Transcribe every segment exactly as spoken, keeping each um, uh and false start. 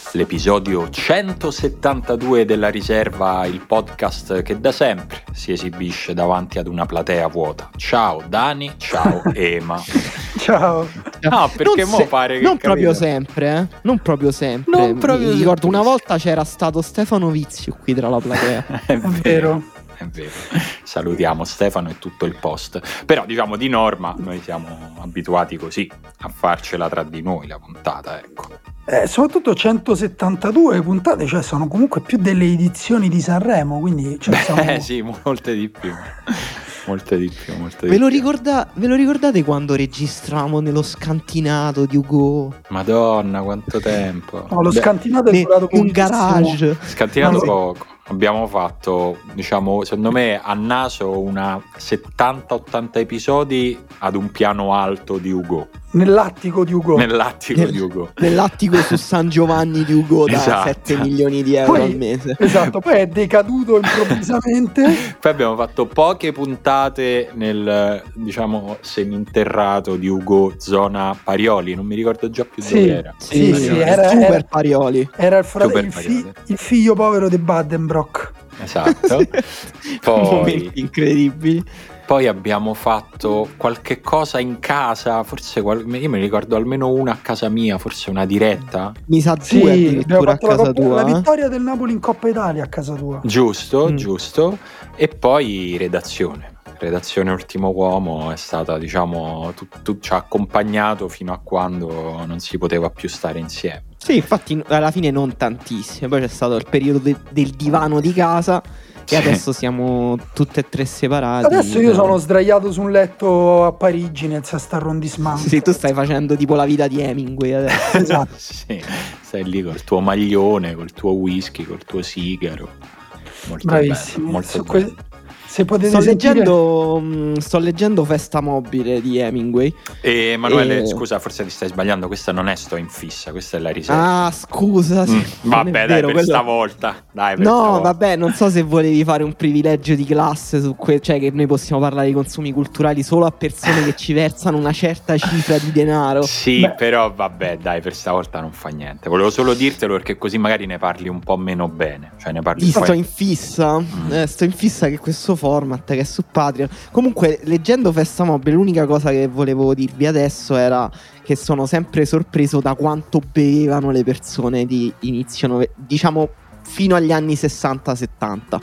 l'episodio centosettantadue della Riserva, il podcast che da sempre si esibisce davanti ad una platea vuota. Ciao Dani, ciao Ema. Ciao. No, perché non mo se- pare che non capito. proprio sempre, eh? Non proprio sempre. Non proprio Mi ricordo sempre. una volta c'era stato Stefano Vizio qui tra la platea. È È vero. È vero. Salutiamo Stefano e tutto il post. Però diciamo di norma noi siamo abituati così a farcela tra di noi la puntata, ecco. Eh, soprattutto centosettantadue puntate, cioè sono comunque più delle edizioni di Sanremo, quindi cioè, Beh, siamo... sì, molte di più. Molte di più, molte di Ve lo, più. ricorda- ve lo ricordate quando registravamo nello scantinato di Ugo? Madonna, quanto tempo. No, lo Beh, scantinato è Ne- durato in un pochissimo. garage. Scantinato Ah, sì. poco. Abbiamo fatto, diciamo, secondo me a naso una settanta ottanta episodi ad un piano alto di Ugo, Nell'attico di Ugo. nell'attico Nel- di Ugo. Nell'attico su San Giovanni di Ugo da Esatto. sette milioni di euro Poi- al mese. Esatto, poi è decaduto improvvisamente. Poi abbiamo fatto poche puntate nel, diciamo, seminterrato di Ugo, zona Parioli, non mi ricordo già più Sì. dove era. Sì, sì, Parioli. era- Super era- Parioli. Era il, frate- Super il, fi- Parioli. il figlio povero di Badenbrock. Esatto. Poi, Momenti incredibili. poi abbiamo fatto qualche cosa in casa, forse qual- io mi ricordo almeno una a casa mia, forse una diretta. Mi sa Sì, due abbiamo addirittura a fatto la, casa Coppa- tua. la eh? vittoria del Napoli in Coppa Italia a casa tua. Giusto, Mm. giusto. E poi redazione. Redazione Ultimo Uomo è stata, diciamo, tu, tu- ci ha accompagnato fino a quando non si poteva più stare insieme. Sì, infatti alla fine non tantissime. Poi c'è stato il periodo de- del divano di casa Sì. e adesso siamo tutte e tre separati. Adesso io Però- sono sdraiato su un letto a Parigi nel sesto arrondissement. Sì, tu stai facendo tipo la vita di Hemingway adesso. Esatto. Sì, stai lì col tuo maglione, col tuo whisky, col tuo sigaro. Molto Bravissimo. bello, molto Su bello. que- Se potete Sto sentire... leggendo, mh, sto leggendo Festa Mobile di Hemingway. E Emanuele, E- scusa, forse ti stai sbagliando, questa non è Sto in fissa, questa è la riserva. Ah, scusa. sì, Mm, non vabbè, è dai, vero, per quello- stavolta. Dai, per No, stavolta. vabbè, non so se volevi fare un privilegio di classe su que- cioè che noi possiamo parlare di consumi culturali solo a persone che ci versano una certa cifra di denaro. Sì, Beh. però vabbè, dai, per stavolta non fa niente. Volevo solo dirtelo perché così magari ne parli un po' meno bene. Cioè ne parli Io un po' sto in fissa, Mm. eh, sto in fissa che questo format che è su Patreon. Comunque, leggendo Festa Mobile, l'unica cosa che volevo dirvi adesso era che sono sempre sorpreso da quanto bevevano le persone di inizio, nove- diciamo fino agli anni sessanta settanta.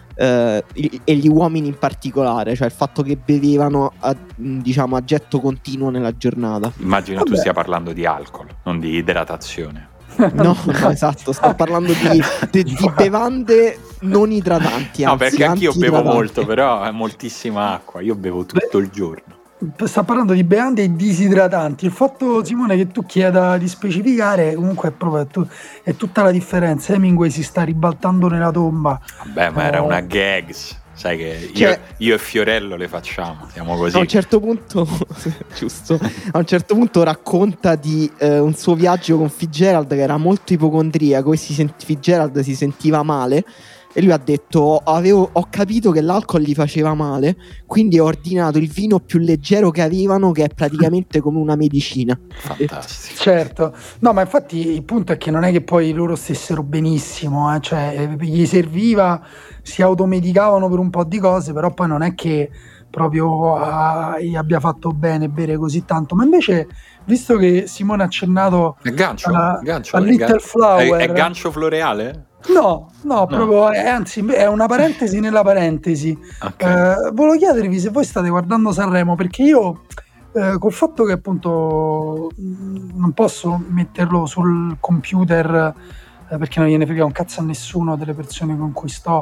Eh, i- e gli uomini in particolare, cioè il fatto che bevevano a, diciamo a getto continuo nella giornata. Immagino tu Vabbè. stia parlando di alcol, non di idratazione. No, no, esatto, sto parlando di, di- di bevande non idratanti. No, anzi, perché anch'io bevo anti-idratanti. molto, però è moltissima acqua. Io bevo tutto il giorno. Sta parlando di bevande e disidratanti. Il fatto, Simone, che tu chieda di specificare, comunque è proprio è, tu- è tutta la differenza. Hemingway si sta ribaltando nella tomba. Vabbè, ma era Oh. una gags. Sai che io, Cioè- io e Fiorello le facciamo, siamo così. A un certo punto, giusto, a un certo punto racconta di eh, un suo viaggio con Fitzgerald che era molto ipocondriaco e si sent- Fitzgerald si sentiva male e lui ha detto avevo, ho capito che l'alcol gli faceva male, quindi ho ordinato il vino più leggero che avevano, che è praticamente come una medicina. Fantastico. Certo, no, ma infatti il punto è che non è che poi loro stessero benissimo, eh, cioè eh, gli serviva, si automedicavano per un po' di cose, però poi non è che proprio ah, gli abbia fatto bene bere così tanto. Ma invece, visto che Simone ha accennato È gancio? alla- gancio a è Little gan- Flower, È, è gancio floreale? no, no, proprio, eh, anzi, è una parentesi nella parentesi. Ok. Eh, volevo chiedervi se voi state guardando Sanremo, perché io eh, col fatto che appunto mh, non posso metterlo sul computer eh, perché non gliene frega un cazzo a nessuno delle persone con cui sto,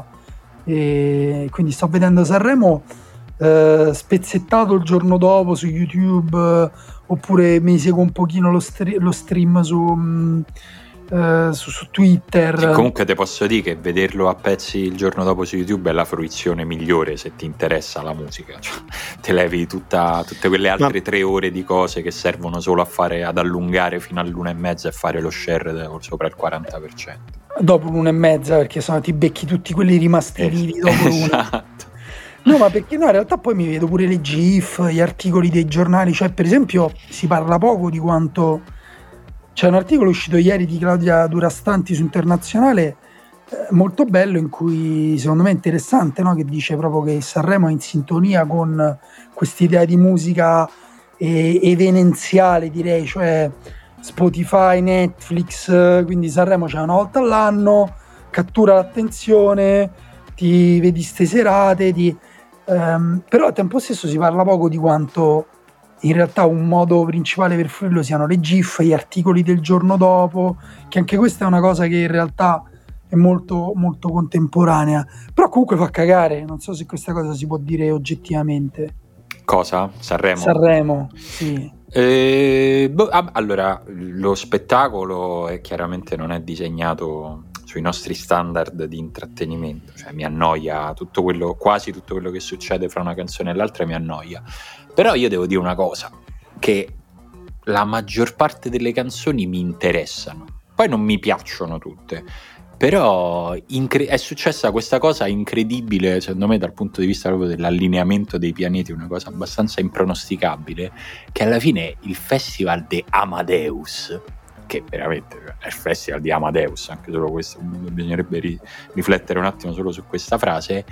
e quindi sto vedendo Sanremo eh, spezzettato il giorno dopo su YouTube, eh, oppure mi seguo un pochino lo, stre- lo stream su, mh, eh, su, su Twitter. Sì, comunque te posso dire che vederlo a pezzi il giorno dopo su YouTube è la fruizione migliore se ti interessa la musica. Cioè, te levi tutta, tutte quelle altre Ma- tre ore di cose che servono solo a fare, ad allungare fino all'una e mezza e fare lo share de- sopra il quaranta per cento. Dopo l'una e mezza, perché sennò ti becchi tutti quelli rimasti vivi dopo l'una. Esatto. No, ma perché no, in realtà poi mi vedo pure le GIF, gli articoli dei giornali, cioè per esempio si parla poco di quanto c'è un articolo uscito ieri di Claudia Durastanti su Internazionale, eh, molto bello, in cui secondo me è interessante, no? Che dice proprio che Sanremo è in sintonia con quest'idea di musica eh, evenenziale, direi, cioè Spotify, Netflix, quindi Sanremo c'è una volta all'anno, cattura l'attenzione, ti vedi ste serate, ti, ehm, però al tempo stesso si parla poco di quanto in realtà un modo principale per fruirlo siano le GIF, gli articoli del giorno dopo, che anche questa è una cosa che in realtà è molto molto contemporanea, però comunque fa cagare, non so se questa cosa si può dire oggettivamente. Cosa? Sanremo? Sanremo, sì. Eh, boh, ah, allora, lo spettacolo è chiaramente non è disegnato sui nostri standard di intrattenimento, cioè mi annoia tutto quello, quasi tutto quello che succede fra una canzone e l'altra mi annoia. Però io devo dire una cosa, che la maggior parte delle canzoni mi interessano, poi non mi piacciono tutte, però incre- è successa questa cosa incredibile, secondo me dal punto di vista proprio dell'allineamento dei pianeti, una cosa abbastanza impronosticabile, che alla fine il festival di Amadeus, che veramente è il festival di Amadeus, anche solo questo, bisognerebbe ri- riflettere un attimo solo su questa frase,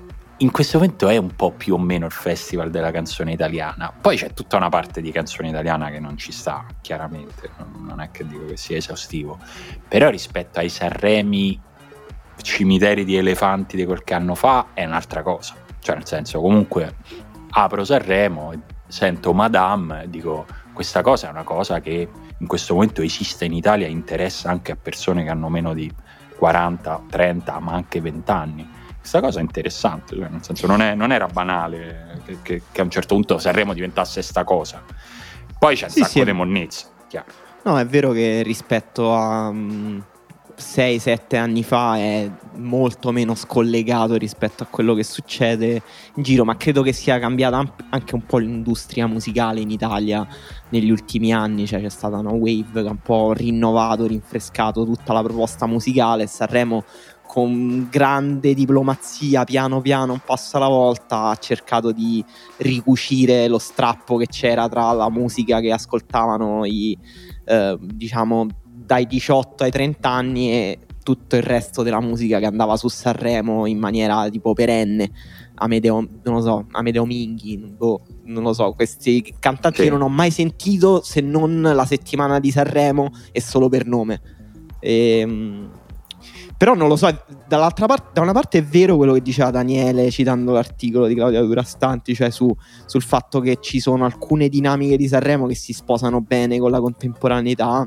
in questo momento è un po' più o meno il festival della canzone italiana. Poi c'è tutta una parte di canzone italiana che non ci sta, chiaramente, non è che dico che sia esaustivo, però rispetto ai Sanremi cimiteri di elefanti di qualche anno fa è un'altra cosa, cioè nel senso, comunque apro Sanremo, sento Madame e dico questa cosa è una cosa che in questo momento esiste in Italia e interessa anche a persone che hanno meno di quaranta, trenta, ma anche venti anni. Questa cosa è interessante, cioè nel senso non, è, non era banale che, che, che a un certo punto Sanremo diventasse sta cosa. Poi c'è Sì, un sacco sì, di monnezza, chiaro. No, è vero che rispetto a um, sei sette anni fa è molto meno scollegato rispetto a quello che succede in giro, ma credo che sia cambiata anche un po' l'industria musicale in Italia negli ultimi anni, cioè c'è stata una wave che ha un po' rinnovato, rinfrescato tutta la proposta musicale. Sanremo con grande diplomazia, piano piano, un passo alla volta, ha cercato di ricucire lo strappo che c'era tra la musica che ascoltavano i, eh, diciamo, dai diciotto ai trenta anni e tutto il resto della musica che andava su Sanremo in maniera tipo perenne. Amedeo, non lo so, Amedeo Minghi, boh, non lo so, questi cantanti sì. che non ho mai sentito se non la settimana di Sanremo e solo per nome. E, però non lo so, dall'altra parte, da una parte è vero quello che diceva Daniele citando l'articolo di Claudia Durastanti, cioè su, sul fatto che ci sono alcune dinamiche di Sanremo che si sposano bene con la contemporaneità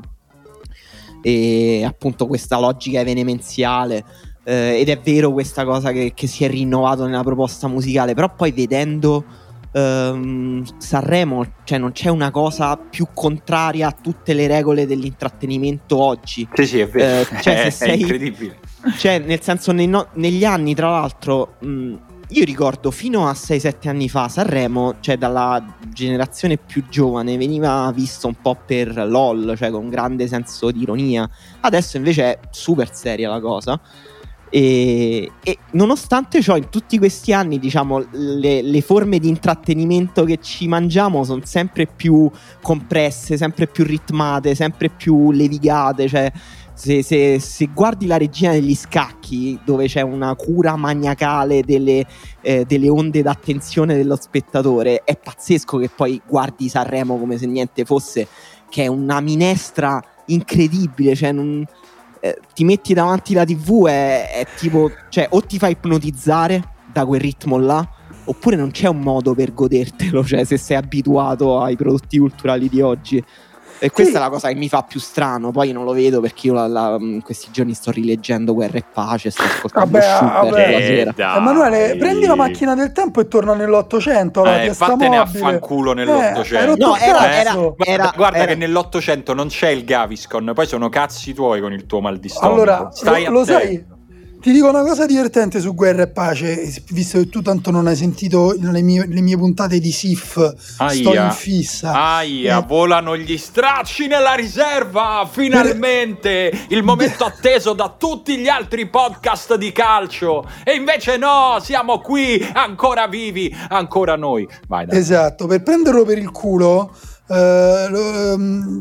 e appunto questa logica evenemenziale, eh, ed è vero questa cosa che, che si è rinnovato nella proposta musicale, però poi vedendo ehm, Sanremo, cioè non c'è una cosa più contraria a tutte le regole dell'intrattenimento oggi. Sì, sì, è vero, eh, cioè, è, se sei, è incredibile. Cioè, nel senso, nei no, negli anni, tra l'altro, mh, io ricordo fino a sei sette anni fa Sanremo, cioè dalla generazione più giovane, veniva visto un po' per LOL, cioè con grande senso di ironia. Adesso invece è super seria la cosa. E, e nonostante ciò, in tutti questi anni, diciamo, le, le forme di intrattenimento che ci mangiamo sono sempre più compresse, sempre più ritmate, sempre più levigate. Cioè, se, se, se guardi la Regina degli Scacchi, dove c'è una cura maniacale delle, eh, delle onde d'attenzione dello spettatore, è pazzesco che poi guardi Sanremo come se niente fosse, che è una minestra incredibile, cioè non... Eh, ti metti davanti la tivù è, è tipo, cioè o ti fai ipnotizzare da quel ritmo là oppure non c'è un modo per godertelo, cioè se sei abituato ai prodotti culturali di oggi. E questa sì. è la cosa che mi fa più strano. Poi non lo vedo perché io la, la, in questi giorni sto rileggendo Guerra e Pace, sto ascoltando Schubert la sera. Eh, Emanuele, prendi la macchina del tempo e torna nell'Ottocento. Eh, fattene a fanculo nell'Ottocento. Eh, no, era, era, guarda, era, guarda era. che nell'Ottocento non c'è il Gaviscon, poi sono cazzi tuoi con il tuo mal di stomaco. Allora, Stai lo, lo sai, ti dico una cosa divertente su Guerra e Pace, visto che tu tanto non hai sentito le mie, le mie puntate di S I F. Aia. Sto in fissa. Aia, eh. volano gli stracci nella riserva, finalmente, per... il momento atteso da tutti gli altri podcast di calcio, e invece no, siamo qui, ancora vivi, ancora noi. Vai, dai. Esatto, per prenderlo per il culo, eh, lo, um,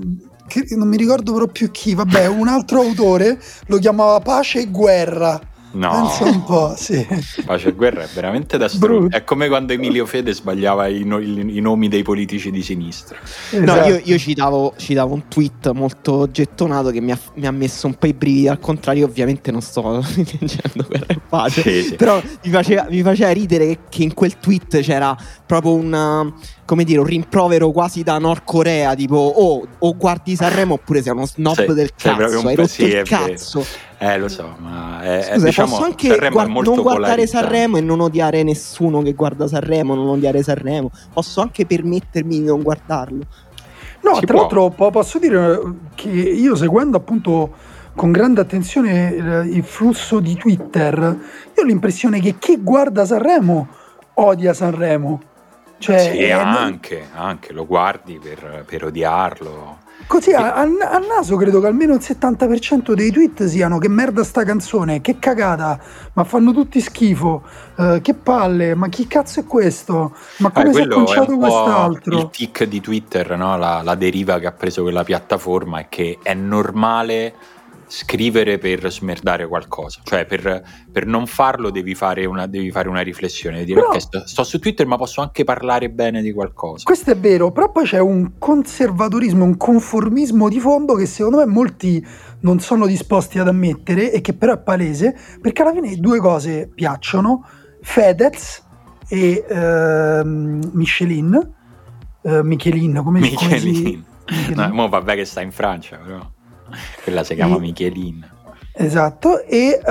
che non mi ricordo proprio chi, vabbè, un altro autore lo chiamava Pace e Guerra. No, pensa un po', sì. Pace e Guerra è veramente da stru- è come quando Emilio Fede sbagliava i, no- i nomi dei politici di sinistra. No, Esatto. io, io citavo, citavo un tweet molto gettonato che mi ha, mi ha messo un po' i brividi. Al contrario, ovviamente non sto leggendo Guerra e Pace, Sì, sì. però mi faceva, mi faceva ridere che, che in quel tweet c'era proprio un, come dire, un rimprovero quasi da Nord Corea, tipo oh, o guardi Sanremo oppure sei uno snob Sei- del sei cazzo, proprio un hai pe- rotto sì, il è vero. cazzo. Eh, lo so, ma è, è, Scusa, diciamo, posso anche Sanremo guard- è molto non guardare polarizzante. Sanremo e non odiare nessuno che guarda Sanremo, non odiare Sanremo. Posso anche permettermi di non guardarlo. No, Si tra può. l'altro po- posso dire che io, seguendo appunto con grande attenzione il, il flusso di Twitter, io ho l'impressione che chi guarda Sanremo odia Sanremo. Cioè, Sì, è- anche, anche lo guardi per, per odiarlo. così a, a- a naso credo che almeno il settanta per cento dei tweet siano che merda sta canzone, che cagata, ma fanno tutti schifo, eh, che palle, ma chi cazzo è questo, ma Eh, come si è quello è conciato un po' quest'altro. il tic di Twitter, no? la, la deriva che ha preso quella piattaforma è che è normale scrivere per smerdare qualcosa, cioè per, per non farlo devi fare una, devi fare una riflessione, devi dire Però- ok, sto, sto su Twitter ma posso anche parlare bene di qualcosa. Questo è vero, però poi c'è un conservatorismo, un conformismo di fondo che secondo me molti non sono disposti ad ammettere e che però è palese, perché alla fine due cose piacciono: Fedez e ehm, Michelin, eh, Michelin, come, come si Michelin. Michelin. No, mo vabbè che sta in Francia, però quella si chiama E- Michelin. Esatto, e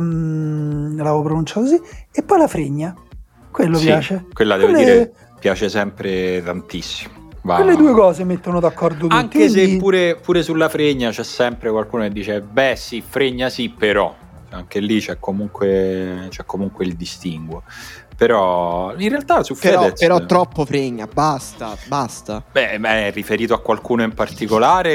ehm, l'avevo pronunciato così, e poi la fregna, quello Sì, piace. quella devo Quelle- dire piace sempre tantissimo. Va- Quelle due cose mettono d'accordo tutti. Anche se quindi- pure, pure sulla fregna c'è sempre qualcuno che dice beh sì, fregna sì, però anche lì c'è comunque, c'è comunque il distinguo. Però in realtà su Però, Fedez però troppo fregna, basta, basta. beh, beh, è riferito a qualcuno in particolare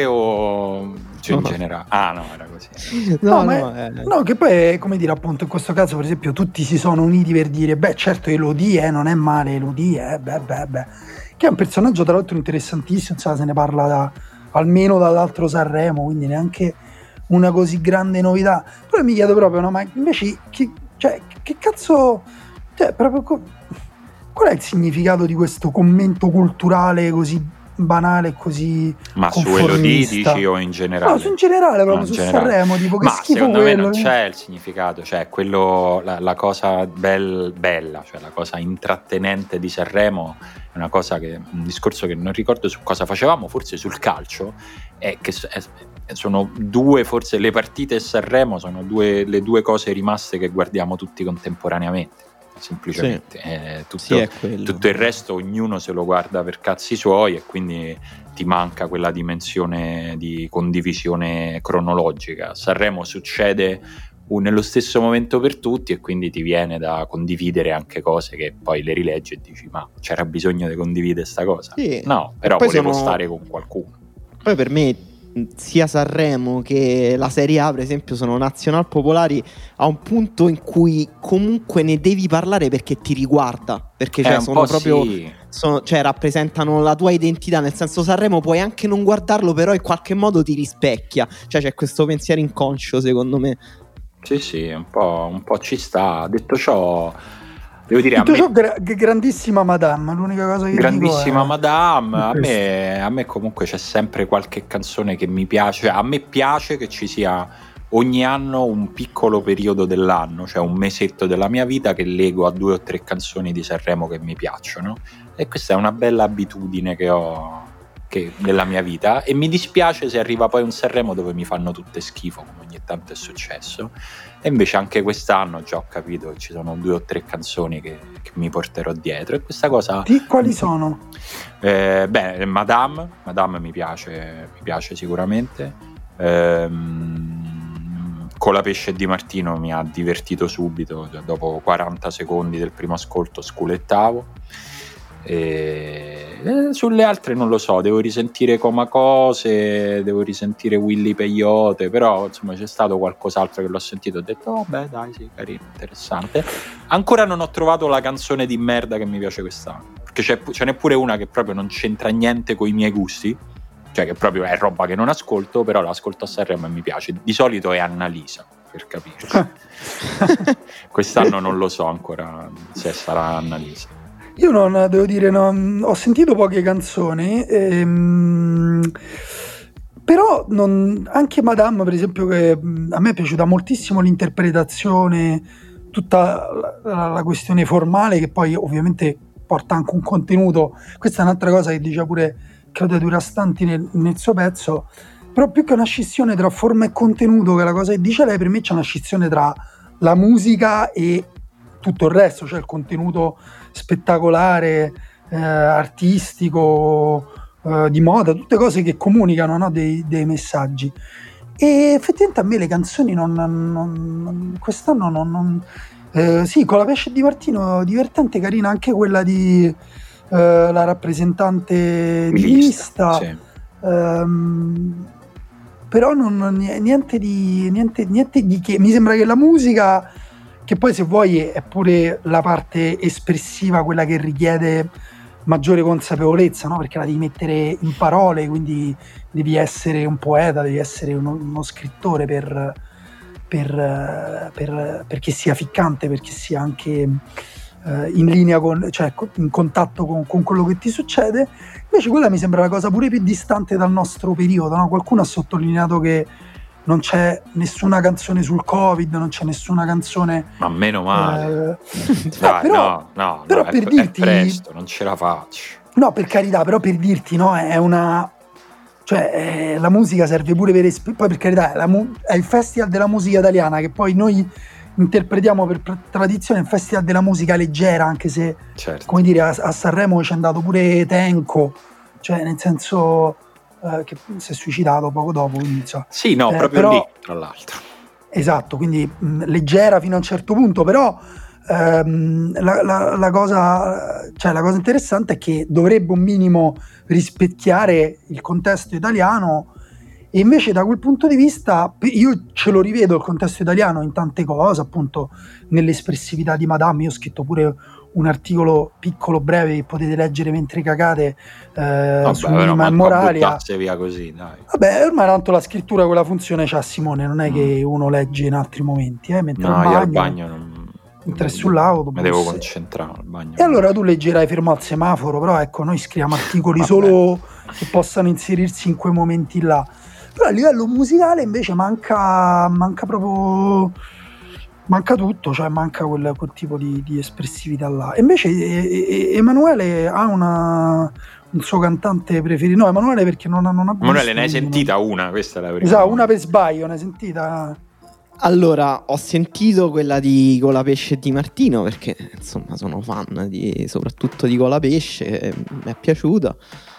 o cioè, in No. generale? Ah no, era così. No, No, ma no, è- eh. no, che poi è, come dire, appunto in questo caso per esempio tutti si sono uniti per dire beh certo Elodie eh, non è male Elodie, eh, beh beh beh, che è un personaggio tra l'altro interessantissimo, insomma, se ne parla da, almeno dall'altro Sanremo, quindi neanche una così grande novità. Però mi chiedo proprio, no, ma invece chi, cioè, che cazzo, cioè proprio co- qual è il significato di questo commento culturale così banale e così Ma su Elodie conformista? dici o in generale? No, su in generale, proprio No, in su generale. Sanremo, tipo che Ma schifo secondo quello. me non che- c'è il significato, cioè quello, la, la cosa bel- bella, cioè la cosa intrattenente di Sanremo è una cosa che, un discorso che non ricordo su cosa facevamo, forse sul calcio, è che s- è- sono due, forse le partite e Sanremo sono due, le due cose rimaste che guardiamo tutti contemporaneamente, semplicemente. È tutto, Sì, è quello. tutto il resto ognuno se lo guarda per cazzi suoi e quindi ti manca quella dimensione di condivisione cronologica. Sanremo succede un- nello stesso momento per tutti e quindi ti viene da condividere anche cose che poi le rileggi e dici ma c'era bisogno di condividere sta cosa? Sì. No, però E poi volevo sono- stare con qualcuno. Poi per me mh, sia Sanremo che la Serie A per esempio sono nazional popolari a un punto in cui comunque ne devi parlare perché ti riguarda, perché Eh, cioè, un sono po' proprio sì. sono- cioè rappresentano la tua identità, nel senso Sanremo puoi anche non guardarlo però in qualche modo ti rispecchia, cioè c'è questo pensiero inconscio secondo me. Sì, sì, un po', un po' ci sta. Detto ciò, devo dire, a Tutto me, ciò, gra- grandissima Madame, l'unica cosa che grandissima dico è... Madame, a questo. me, a me comunque c'è sempre qualche canzone che mi piace. Cioè, a me piace che ci sia ogni anno un piccolo periodo dell'anno, cioè un mesetto della mia vita che lego a due o tre canzoni di Sanremo che mi piacciono. E questa è una bella abitudine che ho che, nella mia vita. E mi dispiace se arriva poi un Sanremo dove mi fanno tutte schifo, come ogni tanto è successo. E invece anche quest'anno già ho capito che ci sono due o tre canzoni che, che mi porterò dietro. E questa cosa... Di quali sono? Eh, beh, Madame, Madame mi piace, mi piace sicuramente. Ehm, Colapesce Di Martino mi ha divertito subito, cioè, dopo quaranta secondi del primo ascolto sculettavo. E, eh, sulle altre non lo so, devo risentire Comacose, devo risentire Willy Peyote, però insomma c'è stato qualcos'altro che l'ho sentito e ho detto oh beh dai sì, carino, interessante. Ancora non ho trovato la canzone di merda che mi piace quest'anno, perché c'è, ce n'è pure una che proprio non c'entra niente con i miei gusti, cioè che proprio è roba che non ascolto, però l'ascolto a Sanremo e mi piace. Di solito è Annalisa, per capirci. Quest'anno non lo so ancora se sarà Annalisa. Io non devo dire, non, ho sentito poche canzoni, ehm, però non, anche Madame, per esempio, che a me è piaciuta moltissimo l'interpretazione, tutta la, la, la questione formale, che poi ovviamente porta anche un contenuto. Questa è un'altra cosa che dice pure Claudia Durastanti nel, nel suo pezzo, però più che una scissione tra forma e contenuto, che è la cosa che dice lei, per me c'è una scissione tra la musica e tutto il resto, cioè il contenuto spettacolare, eh, artistico, eh, di moda, tutte cose che comunicano, no, dei, dei messaggi. E effettivamente a me le canzoni non, non, non quest'anno non, non eh, sì, con la pesce di Martino divertente, carina anche quella di eh, la rappresentante di lista, sì. ehm, però non, niente di niente, niente di che. Mi sembra che la musica, che poi se vuoi è pure la parte espressiva, quella che richiede maggiore consapevolezza, no? Perché la devi mettere in parole, quindi devi essere un poeta, devi essere uno, uno scrittore per, per, per, perché sia ficcante, perché sia anche eh, in linea con, cioè in contatto con, con quello che ti succede. Invece quella mi sembra la cosa pure più distante dal nostro periodo, no? Qualcuno ha sottolineato che non c'è nessuna canzone sul Covid, non c'è nessuna canzone. Ma meno male. Eh, Dai, però, no, no, però no, per è, dirti, è presto, non ce la faccio. No, per carità, però per dirti, no, è una. Cioè, eh, la musica serve pure per. Esp- poi per carità, è, la mu- è il Festival della musica italiana, che poi noi interpretiamo per pr- tradizione, il Festival della musica leggera, anche se, certo, come dire, a, a Sanremo ci è andato pure Tenco, cioè nel senso. Che si è suicidato poco dopo, quindi, so. Sì, no, eh, proprio però, lì, tra l'altro. Esatto, quindi mh, leggera fino a un certo punto, però ehm, la, la, la cosa, cioè la cosa interessante è che dovrebbe un minimo rispecchiare il contesto italiano, e invece da quel punto di vista io ce lo rivedo il contesto italiano in tante cose, appunto nell'espressività di Madame. Io ho scritto pure un articolo piccolo, breve, che potete leggere mentre cagate, eh, su Minima e Moralia. Via così, dai. Vabbè, ormai tanto la scrittura quella funzione c'ha Simone, non è mm. che uno legge in altri momenti, eh, mentre no, al bagno, io al bagno non, mentre sull'autobus. Mi devo concentrare al bagno. E allora tu leggerai fermo al semaforo, però ecco, noi scriviamo articoli solo che possano inserirsi in quei momenti là. Però a livello musicale invece manca manca proprio manca tutto, cioè manca quel, quel tipo di, di espressività là. E invece e, e, Emanuele ha una un suo cantante preferito. No, Emanuele perché non ha non ha gusto, Emanuele, ne hai sentita non... una? Questa è la prima. Esatto, una per sbaglio, ne hai sentita? Allora, ho sentito quella di Colapesce e Di Martino, perché insomma sono fan di, soprattutto di Colapesce, mi è piaciuta.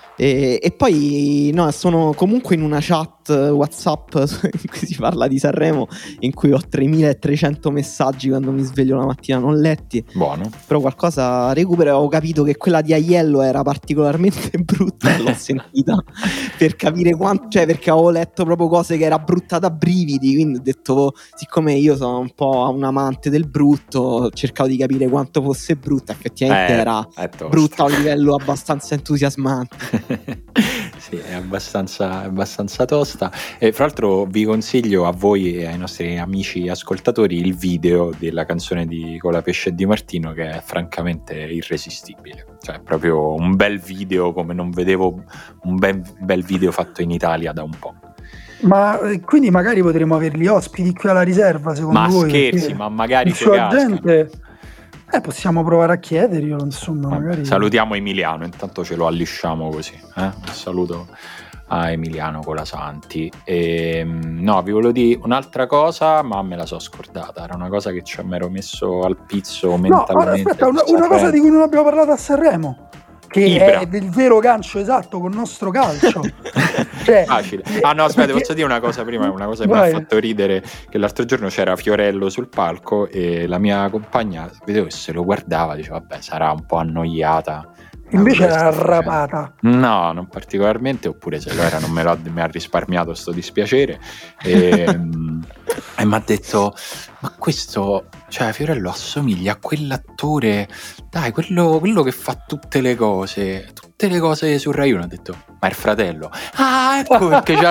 E, e poi no, sono comunque in una chat WhatsApp in cui si parla di Sanremo, in cui ho tremilatrecento messaggi quando mi sveglio la mattina non letti. Buono. Però qualcosa recupero. Ho capito che quella di Aiello era particolarmente brutta e l'ho sentita per capire quanto, cioè perché avevo letto proprio cose che era brutta da brividi, quindi ho detto, siccome io sono un po' un amante del brutto, ho cercato di capire quanto fosse brutta. Effettivamente eh, era brutta a un livello abbastanza entusiasmante. Sì, è abbastanza, abbastanza tosta. E fra l'altro vi consiglio a voi e ai nostri amici ascoltatori il video della canzone di Colapesce e Di Martino, che è francamente irresistibile. Cioè è proprio un bel video, come non vedevo un bel, bel video fatto in Italia da un po'. Ma quindi magari potremo averli ospiti qui alla riserva, secondo ma voi? Ma scherzi, ma magari il suo agente... Eh, possiamo provare a chiederglielo, insomma. Vabbè, magari... Salutiamo Emiliano, intanto ce lo allisciamo così. Eh? Un saluto a Emiliano Colasanti. E, no, vi volevo dire un'altra cosa, ma me la so scordata. Era una cosa che ci mi ero messo al pizzo mentalmente. No, aspetta, una, una cosa di cui non abbiamo parlato a Sanremo, che Ibra. È il vero gancio esatto col nostro calcio. Cioè, facile. Ah no, aspetta, perché... posso dire una cosa prima, una cosa che Vai. mi ha fatto ridere, che l'altro giorno c'era Fiorello sul palco e la mia compagna, vedevo che se lo guardava, diceva vabbè, sarà un po' annoiata. Invece era arrapata. No, non particolarmente, oppure se lo era non me lo mi ha risparmiato sto dispiacere. E, e mi ha detto, ma questo, cioè Fiorello assomiglia a quell'attore, dai, quello, quello che fa tutte le cose, tutte le cose su Rai uno. Ho detto, ma è il fratello. Ah, ecco perché c'ha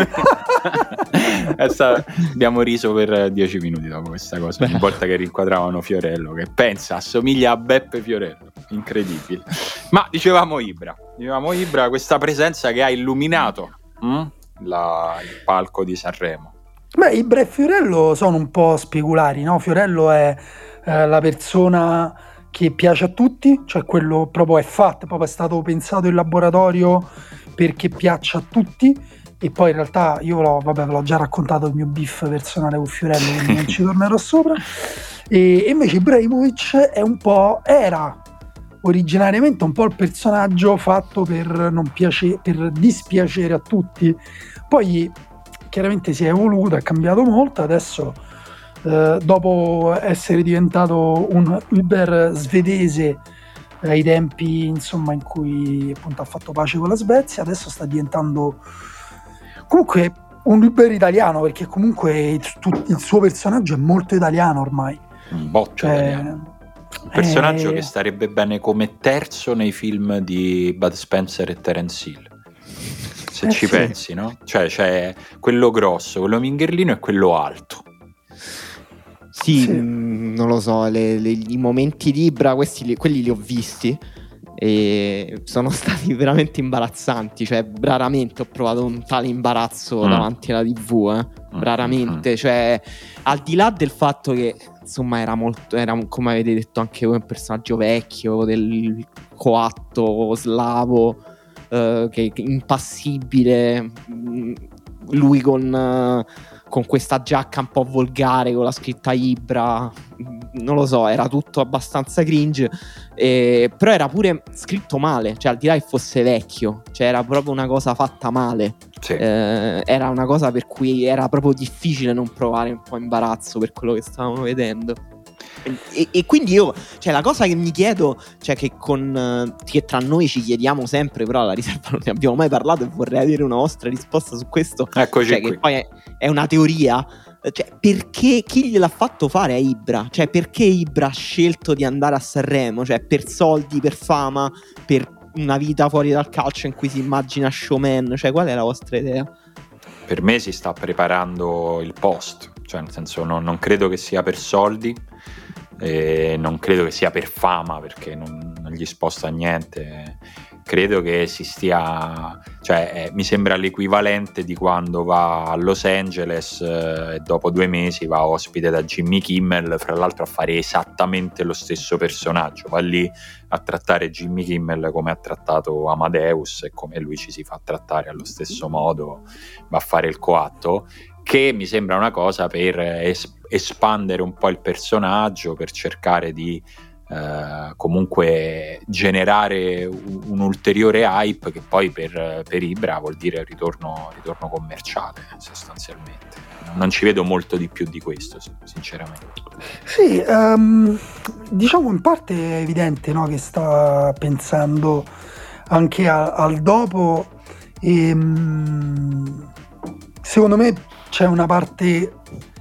è stato... abbiamo riso per dieci minuti dopo questa cosa, ogni volta che rinquadravano Fiorello, che pensa assomiglia a Beppe Fiorello, incredibile. Ma dicevamo Ibra dicevamo Ibra questa presenza che ha illuminato hm? la... il palco di Sanremo. Beh, Ibra e Fiorello sono un po' speculari, no? Fiorello è eh, la persona che piace a tutti, cioè quello proprio è fatto, proprio è stato pensato in laboratorio perché piaccia a tutti, e poi in realtà io l'ho, vabbè, ve l'ho già raccontato il mio beef personale con Fiorello, quindi non ci tornerò sopra. E, e invece Ibrahimovic è un po', era originariamente un po' il personaggio fatto per non piace, per dispiacere a tutti, poi chiaramente si è evoluto, è cambiato molto, adesso eh, dopo essere diventato un Uber svedese eh, ai tempi insomma in cui appunto ha fatto pace con la Svezia, adesso sta diventando comunque un Uber italiano, perché comunque il, il suo personaggio è molto italiano ormai, un botto cioè, italiano, un personaggio eh... che starebbe bene come terzo nei film di Bud Spencer e Terence Hill, se eh ci sì. pensi, no? Cioè c'è quello grosso, quello mingherlino e quello alto. Sì, sì. Mh, non lo so, le, le, i momenti di Ibra, questi, li, quelli li ho visti e sono stati veramente imbarazzanti, cioè raramente ho provato un tale imbarazzo mm. davanti alla tivù, eh? mm. raramente, mm. cioè al di là del fatto che insomma era molto, era come avete detto anche voi, un personaggio vecchio del coatto slavo, Uh, che, che impassibile, lui con, uh, con questa giacca un po' volgare con la scritta Ibra, non lo so, era tutto abbastanza cringe, eh, però era pure scritto male, cioè al di là che fosse vecchio, cioè era proprio una cosa fatta male, sì. eh, era una cosa per cui era proprio difficile non provare un po' imbarazzo per quello che stavamo vedendo. E, e quindi io, cioè la cosa che mi chiedo, cioè che con che tra noi ci chiediamo sempre, però alla riserva non ne abbiamo mai parlato e vorrei avere una vostra risposta su questo. Eccoci cioè qui. Che poi è, è una teoria, cioè perché, chi gliel'ha fatto fare a Ibra? Cioè perché Ibra ha scelto di andare a Sanremo? Cioè per soldi, per fama, per una vita fuori dal calcio in cui si immagina showman? Cioè qual è la vostra idea? Per me si sta preparando il post, cioè nel senso non, non credo che sia per soldi, e non credo che sia per fama, perché non, non gli sposta niente. Credo che si stia, cioè eh, mi sembra l'equivalente di quando va a Los Angeles eh, e dopo due mesi va ospite da Jimmy Kimmel, fra l'altro a fare esattamente lo stesso personaggio, va lì a trattare Jimmy Kimmel come ha trattato Amadeus e come lui ci si fa trattare allo stesso modo, va a fare il coatto, che mi sembra una cosa per es- espandere un po' il personaggio, per cercare di eh, comunque generare un, un ulteriore hype, che poi per, per Ibra vuol dire ritorno, ritorno commerciale sostanzialmente. Non ci vedo molto di più di questo, sinceramente. Sì, um, diciamo in parte è evidente, no, che sta pensando anche a, al dopo, e um, secondo me c'è una parte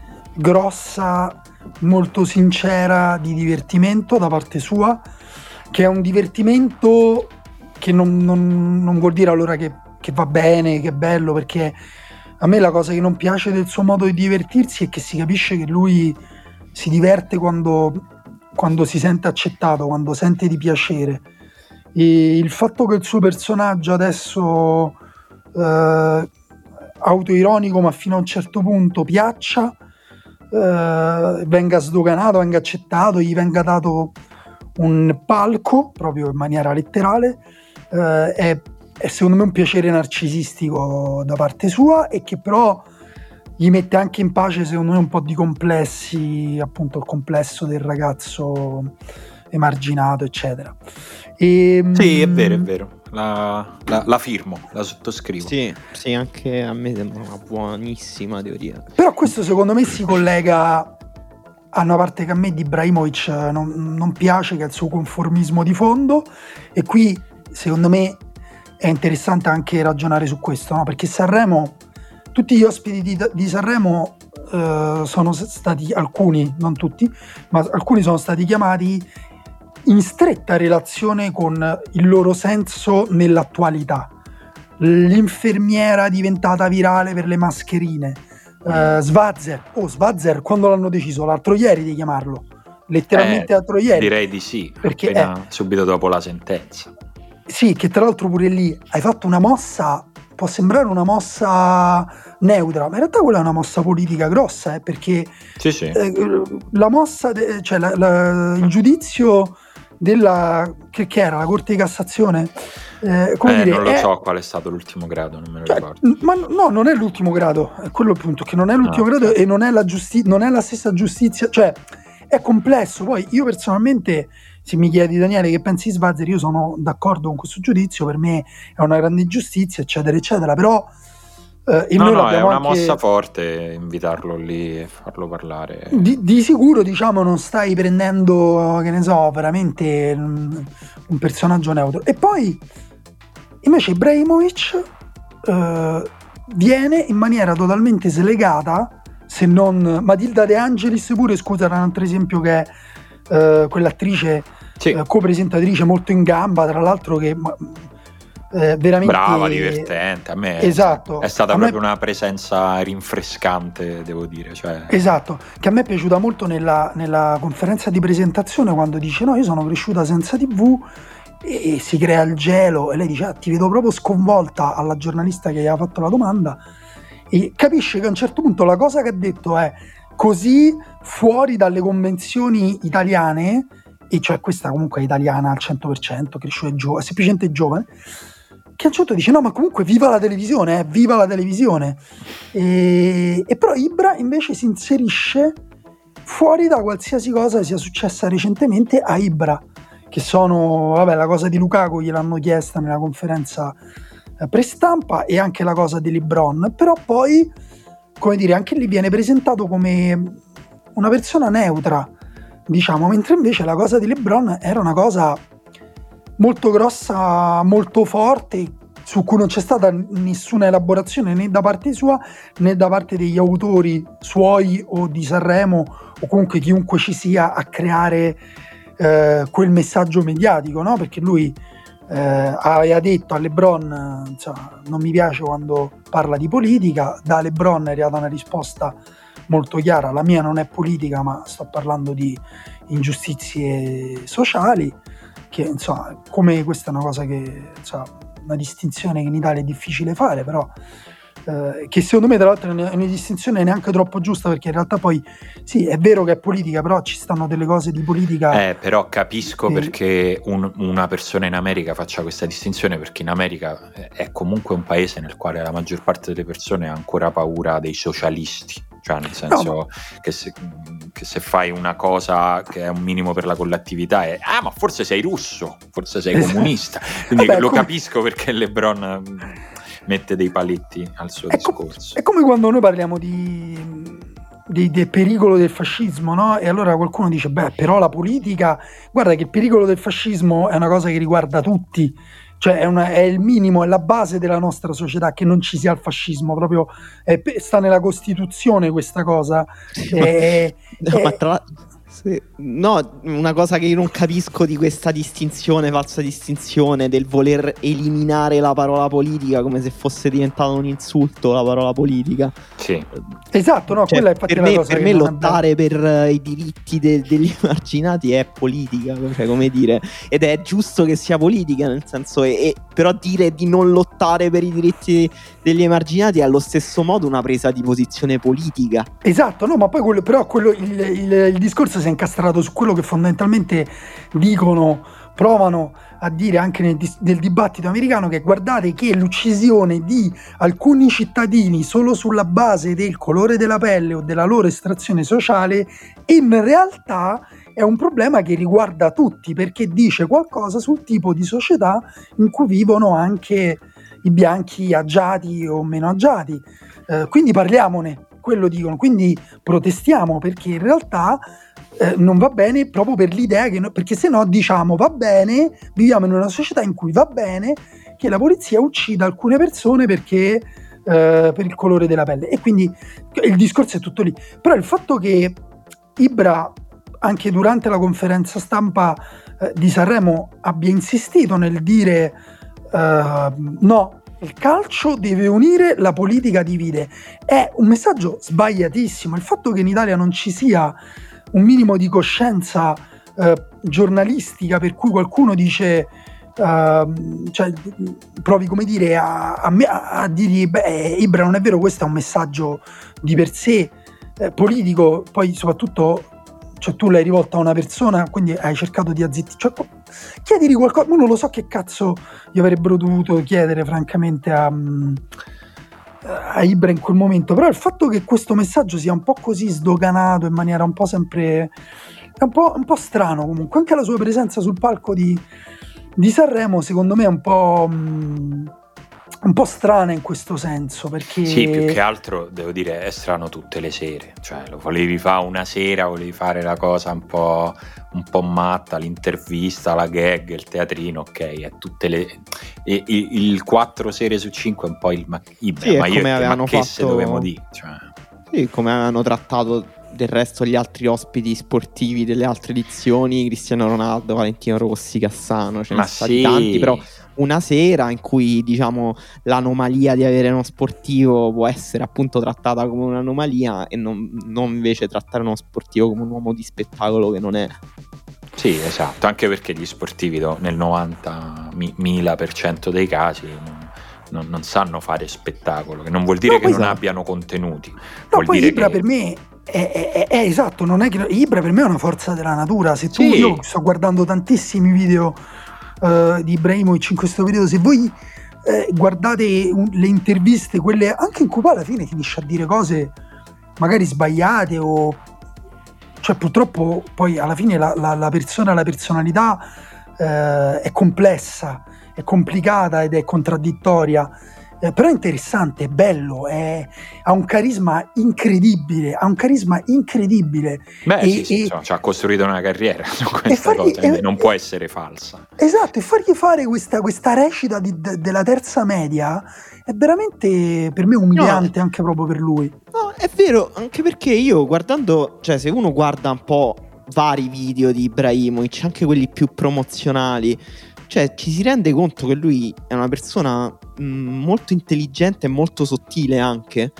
grossa, molto sincera di divertimento da parte sua, che è un divertimento che non, non, non vuol dire allora che, che va bene, che è bello, perché a me la cosa che non piace del suo modo di divertirsi è che si capisce che lui si diverte quando, quando si sente accettato, quando sente di piacere, e il fatto che il suo personaggio adesso eh, autoironico ma fino a un certo punto piaccia, eh, venga sdoganato, venga accettato, gli venga dato un palco proprio in maniera letterale, eh, è, è secondo me un piacere narcisistico da parte sua, e che però gli mette anche in pace secondo me un po' di complessi, appunto il complesso del ragazzo emarginato eccetera. E, sì, è vero, è vero. La, la, la firmo, la sottoscrivo. Sì, sì, anche a me sembra una buonissima teoria. Però questo secondo me si collega a una parte che a me di Ibrahimovic non, non piace, che è il suo conformismo di fondo, e qui secondo me è interessante anche ragionare su questo, no? Perché Sanremo, tutti gli ospiti di, di Sanremo eh, sono stati, alcuni, non tutti, ma alcuni sono stati chiamati in stretta relazione con il loro senso nell'attualità, l'infermiera diventata virale per le mascherine, uh, Svazer, oh Svazer quando l'hanno deciso? L'altro ieri di chiamarlo, letteralmente eh, l'altro ieri. Direi di sì, perché appena, è, subito dopo la sentenza. Sì, che tra l'altro pure lì hai fatto una mossa, può sembrare una mossa neutra, ma in realtà quella è una mossa politica grossa, eh, perché sì, sì. Eh, la mossa, de, cioè la, la, il giudizio della che, che era la Corte di Cassazione, eh, come eh, dire, non lo è, so qual è stato l'ultimo grado, non me lo cioè, ricordo. Ma no, non è l'ultimo grado, è quello appunto, che non è l'ultimo ah, grado okay. e non è la giusti- non è la stessa giustizia, cioè è complesso. Poi io personalmente, se mi chiedi Daniele che pensi Svazer, io sono d'accordo con questo giudizio, per me è una grande ingiustizia, eccetera eccetera, però eh, e no noi no è una anche... mossa forte invitarlo lì e farlo parlare. Di, di sicuro, diciamo, non stai prendendo, che ne so, veramente un, un personaggio neutro. E poi invece Ibrahimovic eh, viene in maniera totalmente slegata, se non Matilda De Angelis pure, scusa, era un altro esempio, che è eh, quell'attrice sì. eh, co-presentatrice molto in gamba, tra l'altro, che eh, veramente brava, divertente. A me esatto, è stata a proprio me... una presenza rinfrescante, devo dire, cioè... esatto, che a me è piaciuta molto nella, nella conferenza di presentazione, quando dice no, io sono cresciuta senza tivù, e, e si crea il gelo, e lei dice ah, ti vedo proprio sconvolta, alla giornalista che gli aveva fatto la domanda, e capisce che a un certo punto la cosa che ha detto è così fuori dalle convenzioni italiane, e cioè questa comunque è italiana al cento per cento, cresciuta giovane, semplicemente giovane, che a un certo dice no, ma comunque viva la televisione, eh, viva la televisione. E, e però Ibra invece si inserisce fuori da qualsiasi cosa sia successa recentemente a Ibra, che sono, vabbè, la cosa di Lukaku gliel'hanno chiesta nella conferenza eh, prestampa, e anche la cosa di LeBron, però poi, come dire, anche lì viene presentato come una persona neutra, diciamo, mentre invece la cosa di LeBron era una cosa molto grossa, molto forte, su cui non c'è stata nessuna elaborazione né da parte sua né da parte degli autori suoi o di Sanremo o comunque chiunque ci sia a creare eh, quel messaggio mediatico, no? Perché lui eh, aveva detto a LeBron, insomma, non mi piace quando parla di politica, da LeBron è arrivata una risposta molto chiara, la mia non è politica ma sto parlando di ingiustizie sociali, che insomma, come questa è una cosa che, insomma, una distinzione che in Italia è difficile fare, però eh, che secondo me tra l'altro è una distinzione neanche troppo giusta, perché in realtà poi sì, è vero che è politica, però ci stanno delle cose di politica. Eh, però capisco che... perché un, una persona in America faccia questa distinzione, perché in America è comunque un paese nel quale la maggior parte delle persone ha ancora paura dei socialisti. Cioè, nel senso no, ma... che, se, che se fai una cosa che è un minimo per la collettività è ah, ma forse sei russo, forse sei esatto. comunista. Quindi Vabbè, lo com... capisco perché LeBron mette dei paletti al suo è discorso. Com- è come quando noi parliamo di, di, del pericolo del fascismo, no? E allora qualcuno dice, beh, però la politica, guarda che il pericolo del fascismo è una cosa che riguarda tutti. Cioè è, una, è il minimo, è la base della nostra società che non ci sia il fascismo, proprio è, sta nella Costituzione questa cosa. È, no, è, ma tra sì. No, una cosa che io non capisco di questa distinzione, falsa distinzione del voler eliminare la parola politica come se fosse diventato un insulto la parola politica. Sì. Esatto, no, cioè, quella è infatti per me, cosa per me lottare per i diritti de- degli emarginati è politica, cioè come dire, ed è giusto che sia politica, nel senso e, e però dire di non lottare per i diritti degli emarginati è allo stesso modo una presa di posizione politica. Esatto, no, ma poi quello, però quello, il, il, il discorso si è incastrato su quello che fondamentalmente dicono, provano a dire anche nel, nel dibattito americano, che guardate che l'uccisione di alcuni cittadini solo sulla base del colore della pelle o della loro estrazione sociale in realtà è un problema che riguarda tutti, perché dice qualcosa sul tipo di società in cui vivono anche i bianchi agiati o meno agiati, eh, quindi parliamone, quello dicono, quindi protestiamo, perché in realtà eh, non va bene proprio per l'idea che no, perché se no diciamo va bene, viviamo in una società in cui va bene che la polizia uccida alcune persone perché eh, per il colore della pelle, e quindi il discorso è tutto lì. Però il fatto che Ibra anche durante la conferenza stampa eh, di Sanremo abbia insistito nel dire Uh, no, il calcio deve unire, la politica divide. È un messaggio sbagliatissimo. Il fatto che in Italia non ci sia un minimo di coscienza eh, giornalistica, per cui qualcuno dice, uh, cioè provi, come dire, a, a, a, a dirgli, beh, Ibra, non è vero, questo è un messaggio di per sé eh, politico, poi soprattutto, cioè, tu l'hai rivolta a una persona, quindi hai cercato di azzittire, cioè, chiedili qualcosa. Io non lo so che cazzo gli avrebbero dovuto chiedere francamente a, a Ibra in quel momento, però il fatto che questo messaggio sia un po' così sdoganato in maniera un po' sempre, è un po', un po' strano. Comunque anche la sua presenza sul palco di, di Sanremo secondo me è un po' mh, un po' strana in questo senso, perché sì, più che altro devo dire è strano tutte le sere, cioè lo volevi fare una sera, volevi fare la cosa un po', un po' matta, l'intervista, la gag, il teatrino, ok, è tutte le e, e, il quattro sere su cinque è un po' il ma, Ibra, sì, ma io come ma che fatto... se dovevamo dire, cioè... sì, come hanno trattato del resto gli altri ospiti sportivi delle altre edizioni, Cristiano Ronaldo, Valentino Rossi, Cassano, ce ne ma sono stati sì. tanti, però una sera in cui, diciamo, l'anomalia di avere uno sportivo può essere appunto trattata come un'anomalia e non, non invece trattare uno sportivo come un uomo di spettacolo che non è. Sì, esatto, anche perché gli sportivi do, nel novantamila per cento dei casi non, non, non sanno fare spettacolo, che non vuol dire no, che non esatto. abbiano contenuti. No, vuol poi dire Ibra che... per me è, è, è, è esatto, non è che Ibra per me è una forza della natura. Se tu, sì. Io sto guardando tantissimi video uh, di Ibrahimovic in questo periodo, se voi eh, guardate un, le interviste, quelle anche in cui poi alla fine finisce a dire cose magari sbagliate o, cioè, purtroppo poi alla fine la, la, la persona, la personalità eh, è complessa, è complicata ed è contraddittoria, eh, però è interessante, è bello, è, ha un carisma incredibile, ha un carisma incredibile. Beh, e, sì, sì, e, insomma, ci ha costruito una carriera su questa fargli, cosa, quindi e, non può essere falsa. Esatto, e fargli fare questa, questa recita di, de, della terza media è veramente per me umiliante, no, anche proprio per lui. No, è vero, anche perché io guardando, cioè se uno guarda un po' vari video di Ibrahimovic, anche quelli più promozionali, cioè ci si rende conto che lui è una persona mh, molto intelligente e molto sottile anche,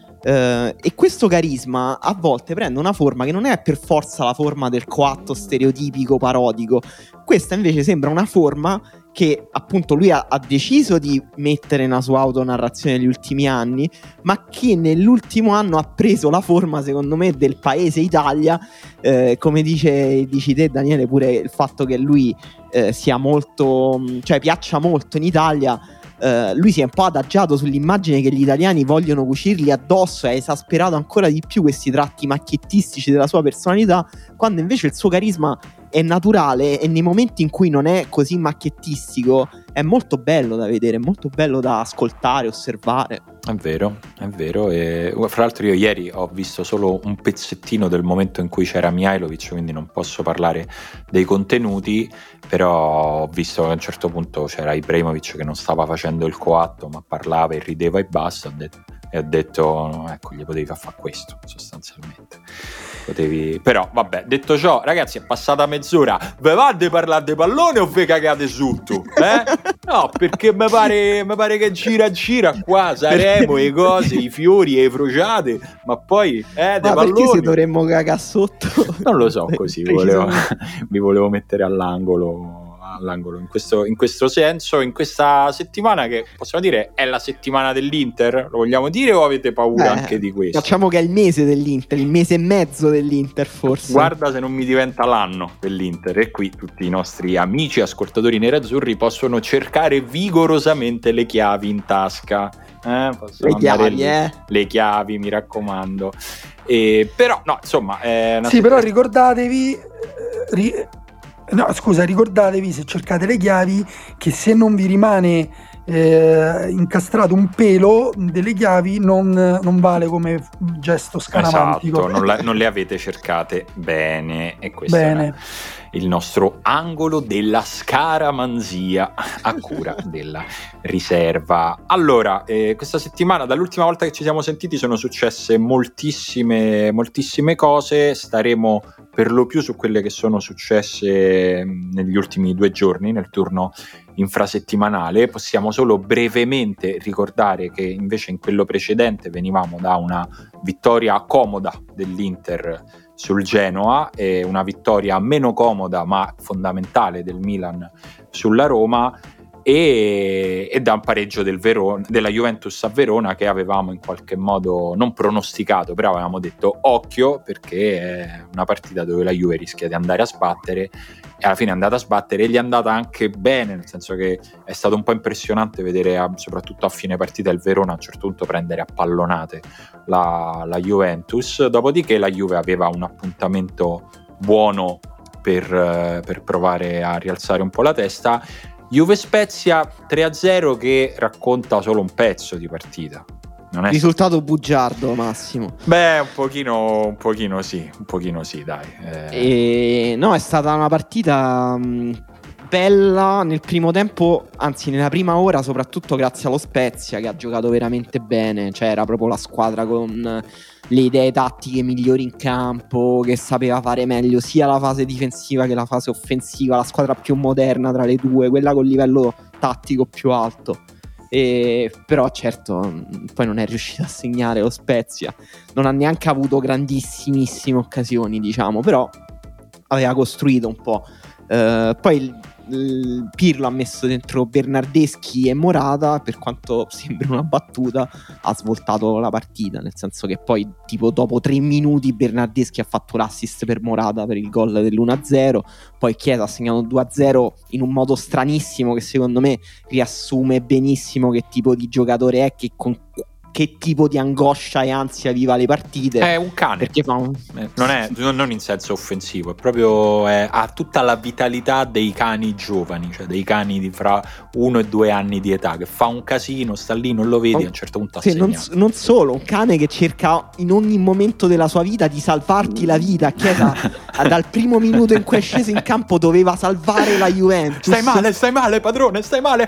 uh, e questo carisma a volte prende una forma che non è per forza la forma del coatto stereotipico parodico. Questa invece sembra una forma che appunto lui ha, ha deciso di mettere nella sua autonarrazione negli ultimi anni, ma che nell'ultimo anno ha preso la forma, secondo me, del paese Italia. Eh, come dice, dici te, Daniele, pure il fatto che lui eh, sia molto, cioè piaccia molto in Italia. Uh, lui si è un po' adagiato sull'immagine che gli italiani vogliono cucirgli addosso, ha esasperato ancora di più questi tratti macchiettistici della sua personalità, quando invece il suo carisma è naturale e nei momenti in cui non è così macchiettistico è molto bello da vedere, è molto bello da ascoltare, osservare. È vero, è vero. E fra l'altro io ieri ho visto solo un pezzettino del momento in cui c'era Mihajlovic, quindi non posso parlare dei contenuti, però ho visto che a un certo punto c'era Ibrahimovic che non stava facendo il coatto ma parlava e rideva e basta, e ho detto no, ecco, gli potevi far fare questo sostanzialmente. Potevi... Però vabbè, detto ciò, ragazzi, è passata mezz'ora, ve va di parlare di pallone o ve cagate sotto? Eh? No, perché mi pare, mi pare che gira gira qua Sanremo, i cose, i fiori e i frociate, ma poi eh, dei ma palloni. Perché se dovremmo cagare sotto? Non lo so, così volevo, mi volevo mettere all'angolo all'angolo in questo, in questo senso, in questa settimana che possiamo dire è la settimana dell'Inter, lo vogliamo dire o avete paura Beh, anche di questo? Facciamo che è il mese dell'Inter, il mese e mezzo dell'Inter forse. Guarda se non mi diventa l'anno dell'Inter, e qui tutti i nostri amici ascoltatori nerazzurri possono cercare vigorosamente le chiavi in tasca, eh? le chiavi, eh? le chiavi, mi raccomando. E, però no, insomma è una sì, però ricordatevi ri- No, scusa, ricordatevi, se cercate le chiavi, che se non vi rimane eh, incastrato un pelo delle chiavi non, non vale come gesto scaramantico. Esatto, non, la, non le avete cercate bene, e questo bene. Era il nostro angolo della scaramanzia a cura della riserva. Allora, eh, questa settimana, dall'ultima volta che ci siamo sentiti, sono successe moltissime, moltissime cose. Staremo per lo più su quelle che sono successe negli ultimi due giorni, nel turno infrasettimanale. Possiamo solo brevemente ricordare che invece in quello precedente venivamo da una vittoria comoda dell'Inter sul Genoa e una vittoria meno comoda ma fondamentale del Milan sulla Roma, e, e da un pareggio del Verona, della Juventus a Verona, che avevamo in qualche modo non pronosticato, però avevamo detto occhio, perché è una partita dove la Juve rischia di andare a sbattere, e alla fine è andata a sbattere e gli è andata anche bene, nel senso che è stato un po' impressionante vedere a, soprattutto a fine partita il Verona a un certo punto prendere a pallonate la, la Juventus. Dopodiché la Juve aveva un appuntamento buono per, per provare a rialzare un po' la testa. Juve Spezia tre a zero che racconta solo un pezzo di partita. Non è risultato bugiardo, Massimo. Beh, un pochino, un pochino sì, un pochino sì, dai. Eh... E, no, è stata una partita mh, bella nel primo tempo, anzi nella prima ora, soprattutto grazie allo Spezia che ha giocato veramente bene. Cioè era proprio la squadra con le idee tattiche migliori in campo, che sapeva fare meglio sia la fase difensiva che la fase offensiva, la squadra più moderna tra le due, quella con livello tattico più alto. E però certo poi non è riuscito a segnare lo Spezia, non ha neanche avuto grandissimissime occasioni, diciamo, però aveva costruito un po'. Uh, poi il, il Pirlo ha messo dentro Bernardeschi e Morata, per quanto sembri una battuta ha svoltato la partita, nel senso che poi tipo dopo tre minuti Bernardeschi ha fatto l'assist per Morata per il gol dell'uno a zero, poi Chiesa ha segnato due a zero in un modo stranissimo che secondo me riassume benissimo che tipo di giocatore è, che con che tipo di angoscia e ansia viva le partite. È un cane, perché fa un... eh, non è non in senso offensivo, è proprio è, ha tutta la vitalità dei cani giovani, cioè dei cani di fra uno e due anni di età, che fa un casino, sta lì, non lo vedi, a un certo punto ha sì, segnato. Non, non solo, un cane che cerca in ogni momento della sua vita di salvarti la vita. Chiesa dal primo minuto in cui è sceso in campo doveva salvare la Juventus. Stai male, stai male, padrone, stai male.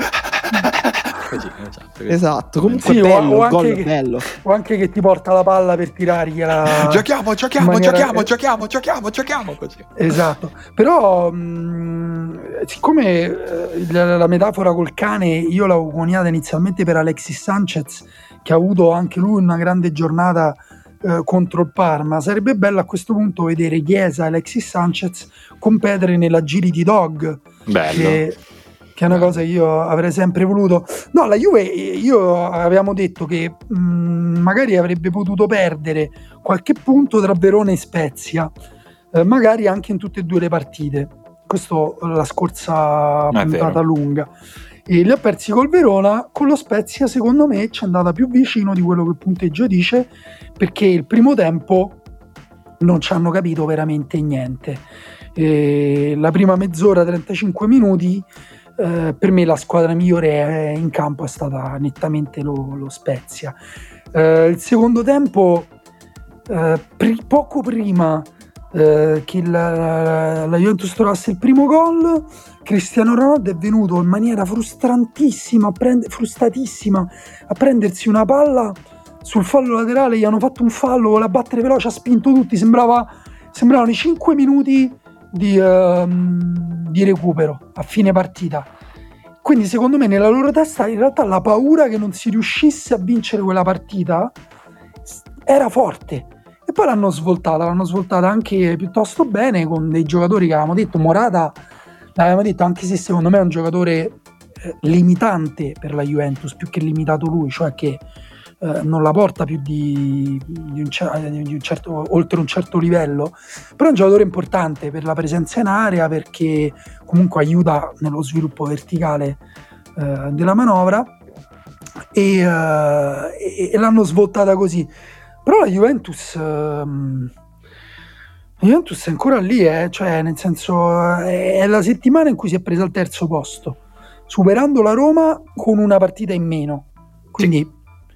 Così, esatto, esatto. Comunque sì, bello, o, o gol che, bello. O anche che ti porta la palla per tirargliela. Giochiamo, giochiamo, maniera... giochiamo, giochiamo, giochiamo, giochiamo così. Esatto. Però mh, siccome eh, la, la metafora col cane io l'avevo coniata inizialmente per Alexis Sanchez, che ha avuto anche lui una grande giornata eh, contro il Parma, sarebbe bello a questo punto vedere Chiesa e Alexis Sanchez competere nell'agility dog. Bello. Che, che è una cosa che io avrei sempre voluto. No, la Juve, io avevamo detto che mh, magari avrebbe potuto perdere qualche punto tra Verona e Spezia, eh, magari anche in tutte e due le partite. Questo la scorsa no, puntata lunga. E li ha persi col Verona. Con lo Spezia secondo me ci è andata più vicino di quello che il punteggio dice, perché il primo tempo non ci hanno capito veramente niente. E la prima mezz'ora, trentacinque minuti, Uh, per me la squadra migliore in campo è stata nettamente lo, lo Spezia. Uh, il secondo tempo, uh, pri- poco prima uh, che la, la Juventus trovasse il primo gol, Cristiano Ronaldo è venuto in maniera frustrantissima, a prend- frustatissima a prendersi una palla sul fallo laterale. Gli hanno fatto un fallo, voleva battere veloce, ha spinto tutti, sembrava sembravano i cinque minuti Di, uh, di recupero a fine partita. Quindi secondo me nella loro testa in realtà la paura che non si riuscisse a vincere quella partita era forte, e poi l'hanno svoltata l'hanno svoltata anche piuttosto bene con dei giocatori che avevamo detto. Morata l'avevamo detto, anche se secondo me è un giocatore eh, limitante per la Juventus, più che limitato lui, cioè che Uh, non la porta più di, di, un, di un certo, oltre un certo livello, però è un giocatore importante per la presenza in area, perché comunque aiuta nello sviluppo verticale uh, della manovra, e, uh, e, e l'hanno svoltata così. Però la Juventus uh, la Juventus è ancora lì, eh? Cioè nel senso è, è la settimana in cui si è presa al terzo posto, superando la Roma con una partita in meno, quindi sì.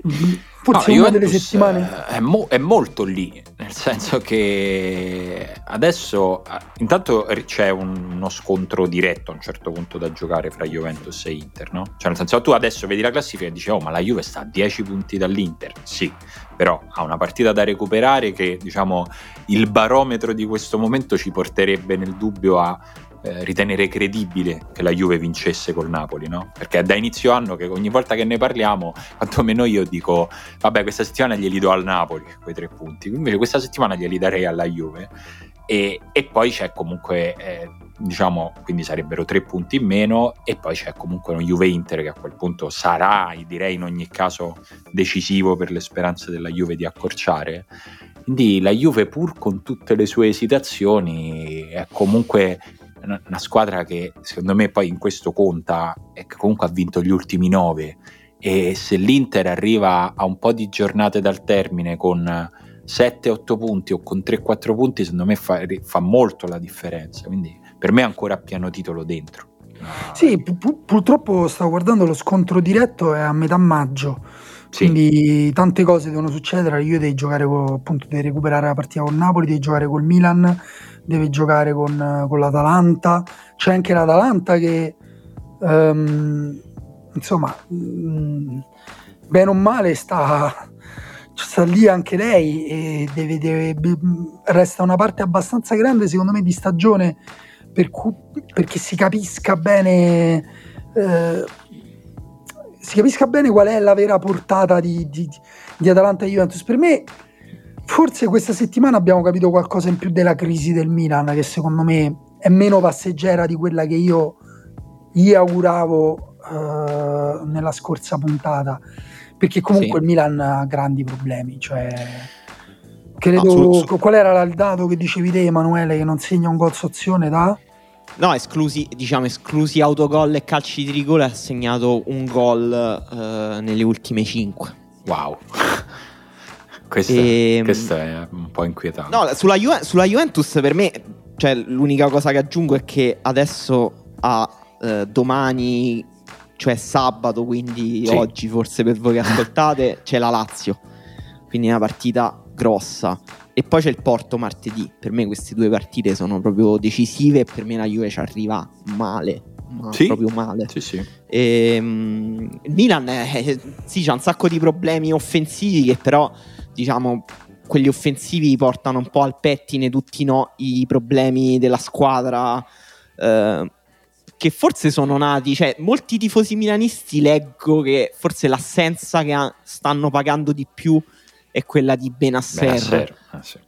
Forse no, una delle Juventus settimane è, mo- è molto lì, nel senso che adesso intanto c'è un, uno scontro diretto a un certo punto da giocare fra Juventus e Inter, no? Cioè nel senso, tu adesso vedi la classifica e dici oh, ma la Juve sta a dieci punti dall'Inter, sì, però ha una partita da recuperare che, diciamo, il barometro di questo momento ci porterebbe nel dubbio a Eh, ritenere credibile che la Juve vincesse col Napoli, no? Perché è da inizio anno che ogni volta che ne parliamo, quantomeno io dico vabbè, questa settimana glieli do al Napoli quei tre punti, invece questa settimana glieli darei alla Juve e, e poi c'è comunque eh, diciamo, quindi sarebbero tre punti in meno e poi c'è comunque uno Juve-Inter che a quel punto sarà, direi in ogni caso, decisivo per le speranze della Juve di accorciare. Quindi la Juve, pur con tutte le sue esitazioni, è comunque una squadra che secondo me poi in questo conta, e che comunque ha vinto gli ultimi nove, e se l'Inter arriva a un po' di giornate dal termine con sette otto punti o con tre quattro punti, secondo me fa, fa molto la differenza, quindi per me è ancora a pieno titolo dentro. Sì, pu- purtroppo stavo guardando lo scontro diretto è a metà maggio, Sì. quindi tante cose devono succedere. Io devi giocare con, appunto, devi recuperare la partita con Napoli, devi giocare col Milan, devi giocare con, con l'Atalanta. C'è anche l'Atalanta che um, insomma um, bene o male sta, sta lì anche lei e deve, deve, resta una parte abbastanza grande secondo me di stagione per cui, perché si capisca bene eh, si capisca bene qual è la vera portata di, di, di Atalanta e Juventus. Per me forse questa settimana abbiamo capito qualcosa in più della crisi del Milan, che secondo me è meno passeggera di quella che io gli auguravo uh, nella scorsa puntata, perché comunque sì. Il Milan ha grandi problemi, cioè credo no, su, su. Qual era il dato che dicevi te, Emanuele, che non segna un gol su azione da? No, esclusi, diciamo, esclusi autogol e calci di rigore, ha segnato un gol uh, nelle ultime cinque. Wow. Questo, e... questo è un po' inquietante. No, sulla, Ju- sulla Juventus per me, cioè, l'unica cosa che aggiungo è che adesso a uh, domani, cioè sabato, quindi sì. Oggi forse per voi che ascoltate, c'è la Lazio. Quindi è una partita grossa. E poi c'è il Porto martedì. Per me queste due partite sono proprio decisive e per me la Juve ci arriva male, ma sì? proprio male. Sì, sì. E, um, il Milan è, sì, c'ha un sacco di problemi offensivi che però, diciamo, quelli offensivi portano un po' al pettine tutti no, i problemi della squadra, eh, che forse sono nati, cioè molti tifosi milanisti leggo che forse l'assenza che ha, stanno pagando di più è quella di Benasser, Benasser. Ah, sì.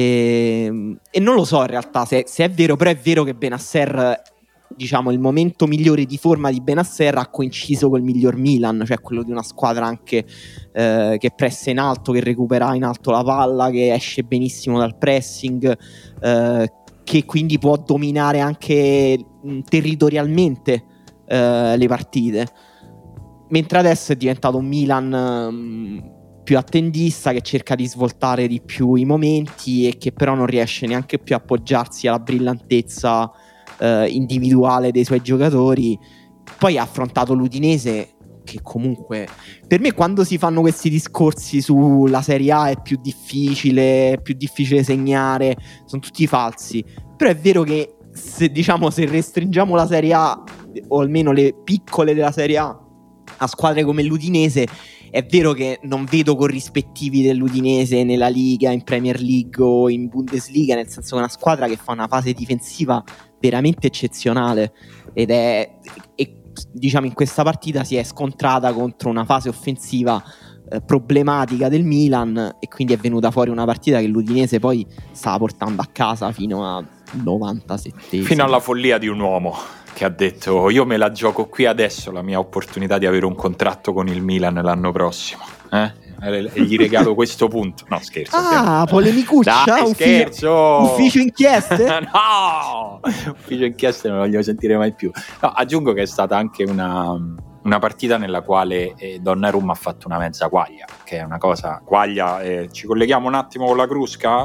e, e non lo so in realtà se, se è vero, però è vero che Benasser, diciamo, il momento migliore di forma di Benasser ha coinciso col miglior Milan, cioè quello di una squadra anche eh, che pressa in alto, che recupera in alto la palla, che esce benissimo dal pressing, eh, che quindi può dominare anche mh, territorialmente eh, le partite, mentre adesso è diventato un Milan mh, più attendista, che cerca di svoltare di più i momenti e che però non riesce neanche più a appoggiarsi alla brillantezza eh, individuale dei suoi giocatori. Poi ha affrontato l'Udinese, che comunque per me quando si fanno questi discorsi sulla Serie A è più difficile, è più difficile segnare, sono tutti falsi, però è vero che se, diciamo, se restringiamo la Serie A o almeno le piccole della Serie A a squadre come l'Udinese, è vero che non vedo corrispettivi dell'Udinese nella Liga, in Premier League o in Bundesliga, nel senso che è una squadra che fa una fase difensiva veramente eccezionale ed è, e, diciamo, in questa partita si è scontrata contro una fase offensiva eh, problematica del Milan, e quindi è venuta fuori una partita che l'Udinese poi stava portando a casa fino a novantasette, fino alla follia di un uomo che ha detto io me la gioco qui adesso la mia opportunità di avere un contratto con il Milan l'anno prossimo, eh? E gli regalo questo punto. No, scherzo. Ah, polemicuccia. Dai, scherzo. Ufficio inchieste? No, ufficio inchieste non lo voglio sentire mai più. No, aggiungo che è stata anche una, una partita nella quale eh, Donnarumma ha fatto una mezza quaglia, che è una cosa quaglia. Eh, ci colleghiamo un attimo con la Crusca?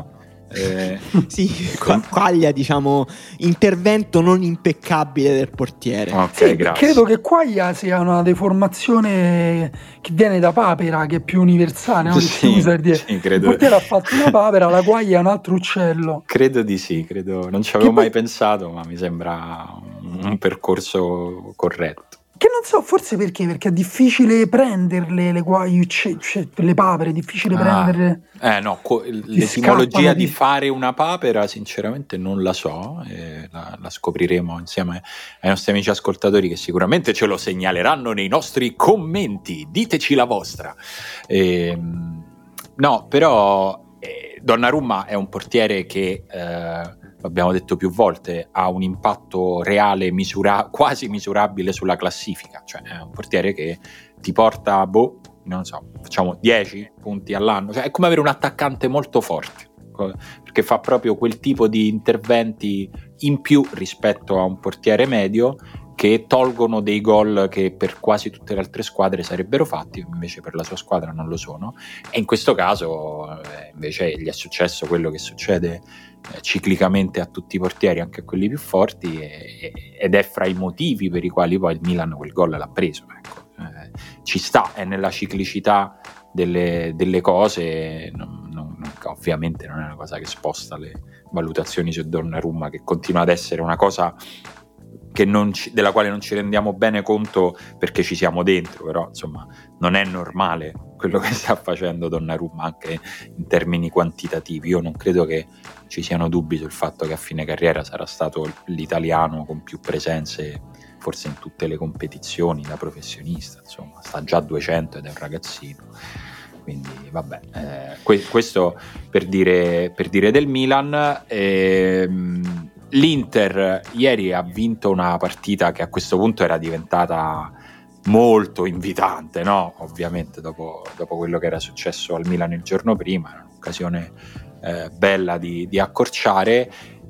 Eh, sì, Quaglia, diciamo, intervento non impeccabile del portiere. Ok, Sì, grazie. credo che Quaglia sia una deformazione che viene da papera, che è più universale, no? Che si Sì, usa per dire, sì, il credo, portiere ha fatto una papera, la Quaglia è un altro uccello. credo di sì, credo, non ci Che avevo poi, mai pensato, ma mi sembra un, un percorso corretto. che non so, forse perché, perché è difficile prenderle le Quaglie, cioè, cioè, le papere, è difficile Ah, prenderle, eh no, co- ti l'etimologia scappano di di... fare una papera sinceramente non la so, eh, la, la scopriremo insieme ai nostri amici ascoltatori che sicuramente ce lo segnaleranno nei nostri commenti, diteci la vostra. Ehm, no, però eh, Donnarumma è un portiere che, eh, l'abbiamo detto più volte, ha un impatto reale, misura- quasi misurabile sulla classifica, cioè è un portiere che ti porta, boh, non so, facciamo dieci punti all'anno, cioè è come avere un attaccante molto forte, perché fa proprio quel tipo di interventi in più rispetto a un portiere medio, che tolgono dei gol che per quasi tutte le altre squadre sarebbero fatti, invece per la sua squadra non lo sono, e in questo caso eh, invece gli è successo quello che succede eh, ciclicamente a tutti i portieri, anche a quelli più forti, e, ed è fra i motivi per i quali poi il Milan quel gol l'ha preso, ecco. Eh, ci sta, è nella ciclicità delle, delle cose, non, non, non, ovviamente non è una cosa che sposta le valutazioni su Donnarumma, che continua ad essere una cosa che non ci, della quale non ci rendiamo bene conto perché ci siamo dentro, però insomma non è normale quello che sta facendo Donnarumma anche in termini quantitativi. Io non credo che ci siano dubbi sul fatto che a fine carriera sarà stato l'italiano con più presenze forse in tutte le competizioni da professionista, insomma sta già a duecento ed è un ragazzino, quindi vabbè, eh, que- questo per dire, per dire del Milan. ehm, L'Inter ieri ha vinto una partita che a questo punto era diventata molto invitante, no? Ovviamente dopo, dopo quello che era successo al Milan il giorno prima, era un'occasione eh, bella di, di accorciare,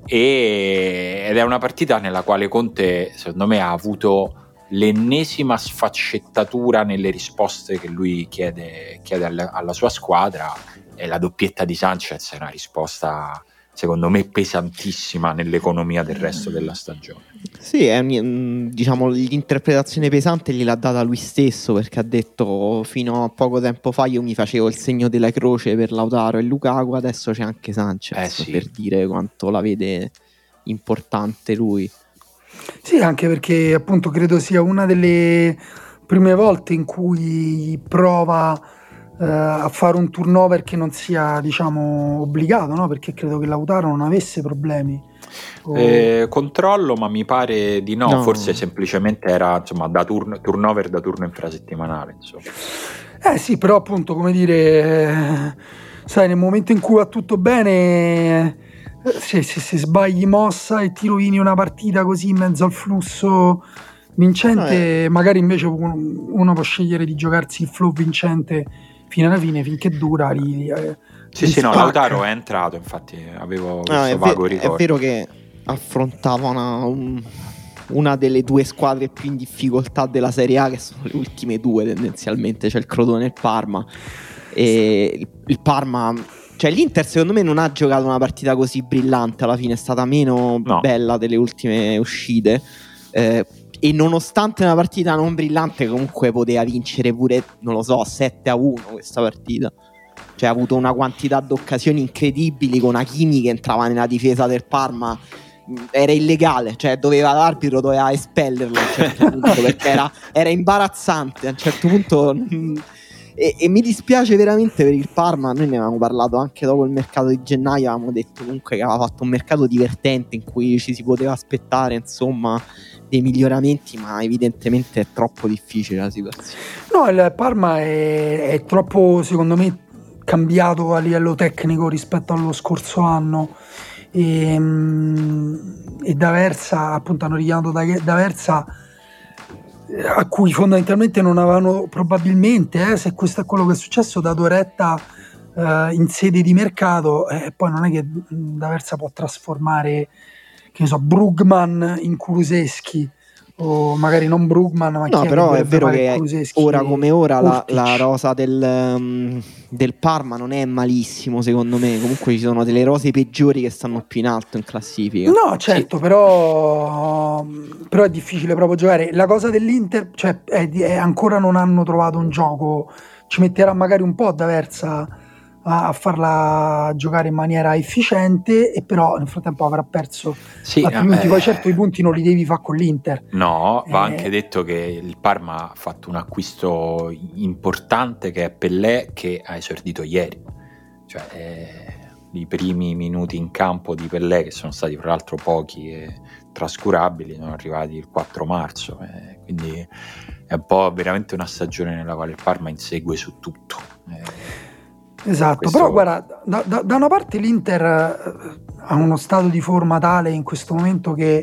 e, ed è una partita nella quale Conte secondo me ha avuto l'ennesima sfaccettatura nelle risposte che lui chiede, chiede alla, alla sua squadra, e la doppietta di Sanchez è una risposta secondo me pesantissima nell'economia del resto della stagione. Sì, è un, diciamo, l'interpretazione pesante gliel'ha data lui stesso, perché ha detto fino a poco tempo fa io mi facevo il segno della croce per Lautaro e Lukaku, adesso c'è anche Sanchez, eh sì. per dire quanto la vede importante lui. Sì, anche perché appunto credo sia una delle prime volte in cui prova eh, a fare un turnover che non sia, diciamo, obbligato, no? Perché credo che Lautaro non avesse problemi. O... Eh, controllo, ma mi pare di no, No. forse semplicemente era insomma da turn- turnover da turno infrasettimanale, insomma. Eh sì, però appunto, come dire, eh, sai, nel momento in cui va tutto bene, eh, se, se, se sbagli mossa e ti rovini una partita così in mezzo al flusso vincente, No, magari invece uno, uno può scegliere di giocarsi il flow vincente fino alla fine, finché dura. Li, eh, Sì, li sì, no, spacca. Lautaro è entrato, infatti avevo no, questo è, vago ve- ricordo. è vero che affrontava una, un, una delle due squadre più in difficoltà della Serie A, che sono le ultime due tendenzialmente, cioè il Crotone e il Parma. E il, il Parma, cioè l'Inter secondo me non ha giocato una partita così brillante, alla fine è stata meno No. bella delle ultime uscite, eh, e nonostante una partita non brillante comunque poteva vincere pure, non lo so, sette a uno questa partita. Cioè ha avuto una quantità di occasioni incredibili, con Hakimi che entrava nella difesa del Parma, era illegale, cioè doveva l'arbitro doveva espellerlo a un certo punto, perché era, era imbarazzante a un certo punto. E, e mi dispiace veramente per il Parma. Noi ne avevamo parlato anche dopo il mercato di gennaio, avevamo detto comunque che aveva fatto un mercato divertente in cui ci si poteva aspettare insomma dei miglioramenti, ma evidentemente è troppo difficile la situazione. No, il Parma è, è troppo, secondo me, cambiato a livello tecnico rispetto allo scorso anno, e, e D'Aversa, appunto, hanno richiamato D'Aversa, a cui fondamentalmente non avevano probabilmente, eh, se questo è quello che è successo, dato retta eh, in sede di mercato, e eh, poi non è che D'Aversa può trasformare, che ne so, Brugman in Kulusevski o magari non Brugman, ma no, chi però è vero che Kulusevski, ora come ora la, Kurtic. la rosa del, um, del Parma non è malissimo secondo me, comunque ci sono delle rose peggiori che stanno più in alto in classifica. No, certo, sì. però, però è difficile proprio giocare. La cosa dell'Inter, cioè è, è ancora non hanno trovato un gioco, ci metterà magari un po' ad Aversa a, a farla giocare in maniera efficiente, e però nel frattempo avrà perso sì, altri punti. eh, Poi certo i punti non li devi fare con l'Inter. No, va eh, anche detto che il Parma ha fatto un acquisto importante, che è Pellè, che ha esordito ieri. Cioè eh, i primi minuti in campo di Pellè, che sono stati fra l'altro pochi e trascurabili, sono arrivati il quattro marzo, eh, quindi è un po' veramente una stagione nella quale il Parma insegue su tutto. Eh, Esatto, questo... però guarda, da, da, da una parte l'Inter eh, ha uno stato di forma tale in questo momento che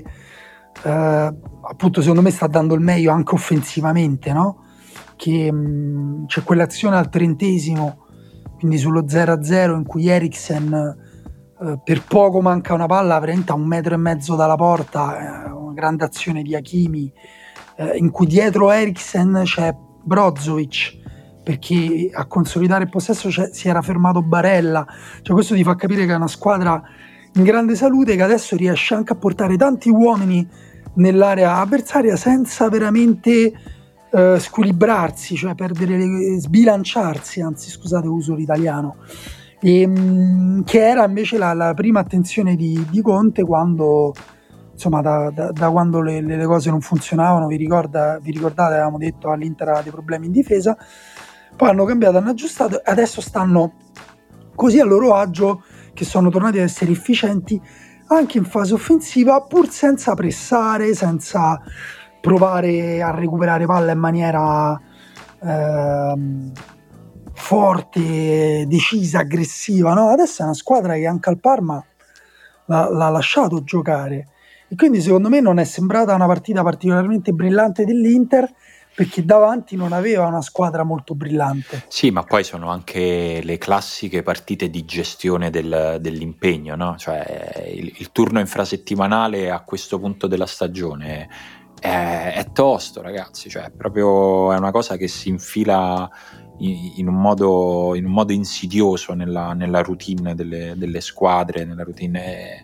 eh, appunto secondo me sta dando il meglio anche offensivamente, no? Che mh, c'è quell'azione al trentesimo, quindi sullo zero a zero, in cui Eriksen eh, per poco manca una palla veramente a un metro e mezzo dalla porta, eh, una grande azione di Hakimi, eh, in cui dietro Eriksen c'è Brozovic, perché a consolidare il possesso si era fermato Barella. Cioè questo ti fa capire che è una squadra in grande salute, che adesso riesce anche a portare tanti uomini nell'area avversaria senza veramente eh, squilibrarsi, cioè perdere le, sbilanciarsi, anzi scusate uso l'italiano, e, mh, che era invece la, la prima attenzione di, di Conte quando insomma da, da, da quando le, le cose non funzionavano. Vi, ricorda, vi ricordate, avevamo detto all'Inter aveva dei problemi in difesa, poi hanno cambiato, hanno aggiustato e adesso stanno così a loro agio che sono tornati ad essere efficienti anche in fase offensiva, pur senza pressare, senza provare a recuperare palla in maniera ehm, forte, decisa, aggressiva, no? Adesso è una squadra che anche al Parma l'ha, l'ha lasciato giocare, e quindi secondo me non è sembrata una partita particolarmente brillante dell'Inter, perché davanti non aveva una squadra molto brillante. Sì, ma poi sono anche le classiche partite di gestione del, dell'impegno, no? Cioè il, il turno infrasettimanale a questo punto della stagione è, è tosto, ragazzi, cioè proprio è una cosa che si infila in, in, un, modo, in un modo insidioso nella, nella routine delle, delle squadre, nella routine. E,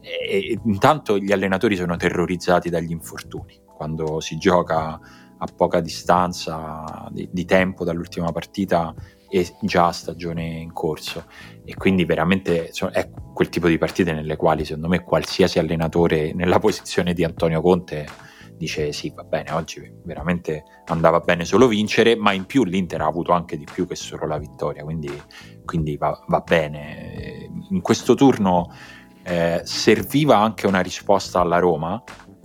e intanto gli allenatori sono terrorizzati dagli infortuni quando si gioca a poca distanza di, di tempo dall'ultima partita e già stagione in corso, e quindi veramente cioè, è quel tipo di partite nelle quali secondo me qualsiasi allenatore nella posizione di Antonio Conte dice sì, va bene, oggi veramente andava bene solo vincere, ma in più l'Inter ha avuto anche di più che solo la vittoria, quindi, quindi va, va bene. In questo turno eh, serviva anche una risposta alla Roma,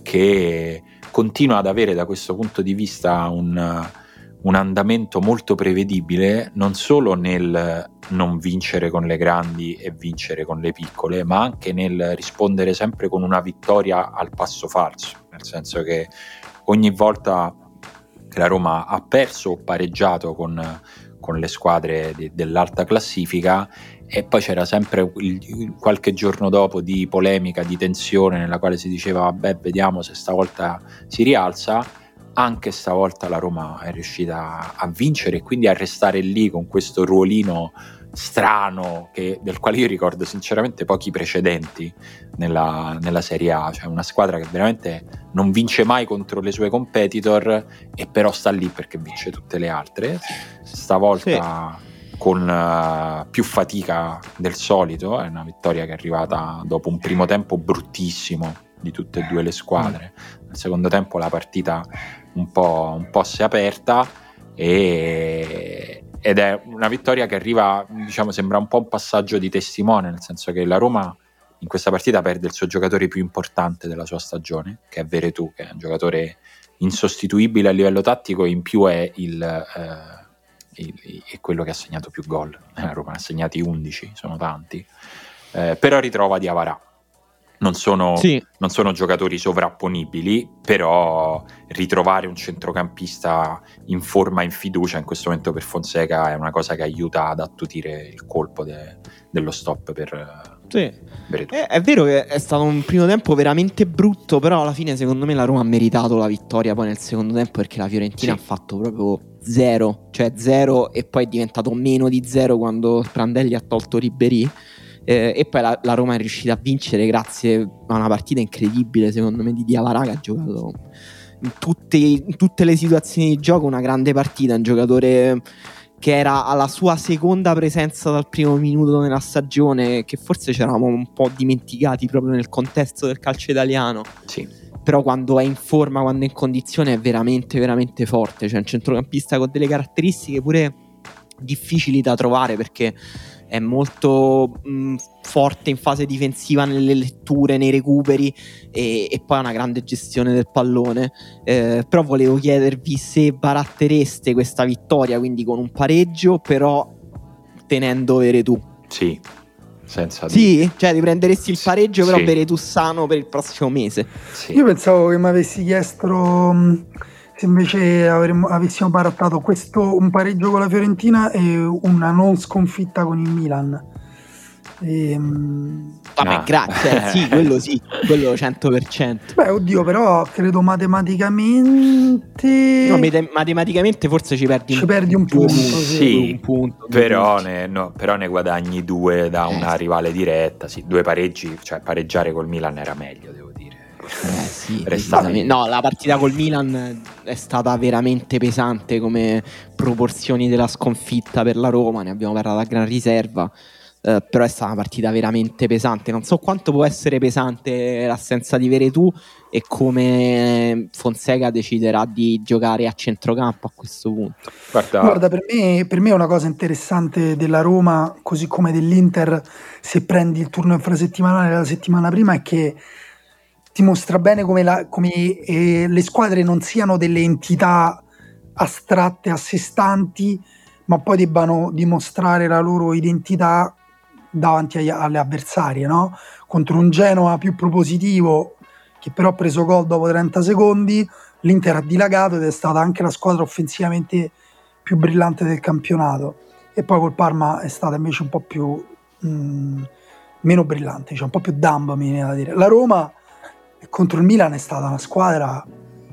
che continua ad avere da questo punto di vista un, un andamento molto prevedibile, non solo nel non vincere con le grandi e vincere con le piccole, ma anche nel rispondere sempre con una vittoria al passo falso, nel senso che ogni volta che la Roma ha perso o pareggiato con, con le squadre di, dell'alta classifica, e poi c'era sempre il, il, qualche giorno dopo di polemica, di tensione, nella quale si diceva vabbè, vediamo se stavolta si rialza. Anche stavolta la Roma è riuscita a vincere e quindi a restare lì con questo ruolino strano che, del quale io ricordo sinceramente pochi precedenti nella, nella Serie A, cioè una squadra che veramente non vince mai contro le sue competitor e però sta lì perché vince tutte le altre. Stavolta sì, con uh, più fatica del solito, è una vittoria che è arrivata dopo un primo tempo bruttissimo di tutte e due le squadre. Nel secondo tempo la partita un po', un po' si è aperta e, ed è una vittoria che arriva, diciamo, sembra un po' un passaggio di testimone, nel senso che la Roma in questa partita perde il suo giocatore più importante della sua stagione, che è Veretout, che è un giocatore insostituibile a livello tattico, e in più è il, eh, il, è quello che ha segnato più gol. La Roma ne ha segnati undici, sono tanti, eh, però ritrova Diawara. Non sono, sì. non sono giocatori sovrapponibili, però ritrovare un centrocampista in forma, in fiducia in questo momento per Fonseca è una cosa che aiuta ad attutire il colpo de, dello stop per, Sì. È, è vero che è stato un primo tempo veramente brutto, però alla fine secondo me la Roma ha meritato la vittoria poi nel secondo tempo, perché la Fiorentina sì. ha fatto proprio zero, cioè zero, e poi è diventato meno di zero quando Prandelli ha tolto Ribéry, eh, e poi la, la Roma è riuscita a vincere grazie a una partita incredibile secondo me di Diawara, che ha giocato in tutte, in tutte le situazioni di gioco una grande partita, un giocatore che era alla sua seconda presenza dal primo minuto nella stagione, che forse ci eravamo un po' dimenticati proprio nel contesto del calcio italiano. Sì. Però quando è in forma, quando è in condizione, è veramente veramente forte. Cioè un centrocampista con delle caratteristiche pure difficili da trovare, perché è molto mh, forte in fase difensiva, nelle letture, nei recuperi, e, e poi ha una grande gestione del pallone. Eh, però volevo chiedervi se barattereste questa vittoria, quindi con un pareggio, però tenendo Veretù. Sì, senza sì? dubbio. Cioè riprenderesti il pareggio, però sì. Veretù sano per il prossimo mese. Sì. Io pensavo che mi avessi chiesto se invece avremmo, avessimo barattato questo, un pareggio con la Fiorentina e una non sconfitta con il Milan. E, vabbè, ah. grazie, sì, quello sì, quello cento per cento. Beh, oddio, però credo matematicamente no, mate- matematicamente forse ci perdi ci un, perdi un punto, sì, sì un punto, però, ne, no, però ne guadagni due da eh, una sì. rivale diretta, sì, due pareggi, cioè pareggiare col Milan era meglio, devo dire. Eh sì, Restavi... no, la partita col Milan è stata veramente pesante come proporzioni della sconfitta per la Roma, ne abbiamo parlato a gran riserva. Uh, però è stata una partita veramente pesante. Non so quanto può essere pesante l'assenza di Veretù e come Fonseca deciderà di giocare a centrocampo a questo punto. Guarda, Guarda per me, per me è una cosa interessante della Roma, così come dell'Inter, se prendi il turno infrasettimanale la settimana prima, è che ti mostra bene come, la, come eh, le squadre non siano delle entità astratte a sé stanti, ma poi debbano dimostrare la loro identità davanti agli, alle avversarie, no? Contro un Genoa più propositivo, che però ha preso gol dopo trenta secondi, l'Inter ha dilagato ed è stata anche la squadra offensivamente più brillante del campionato, e poi col Parma è stata invece un po' più mh, meno brillante, cioè un po' più dumb, mi viene da dire. La Roma contro il Milan è stata una squadra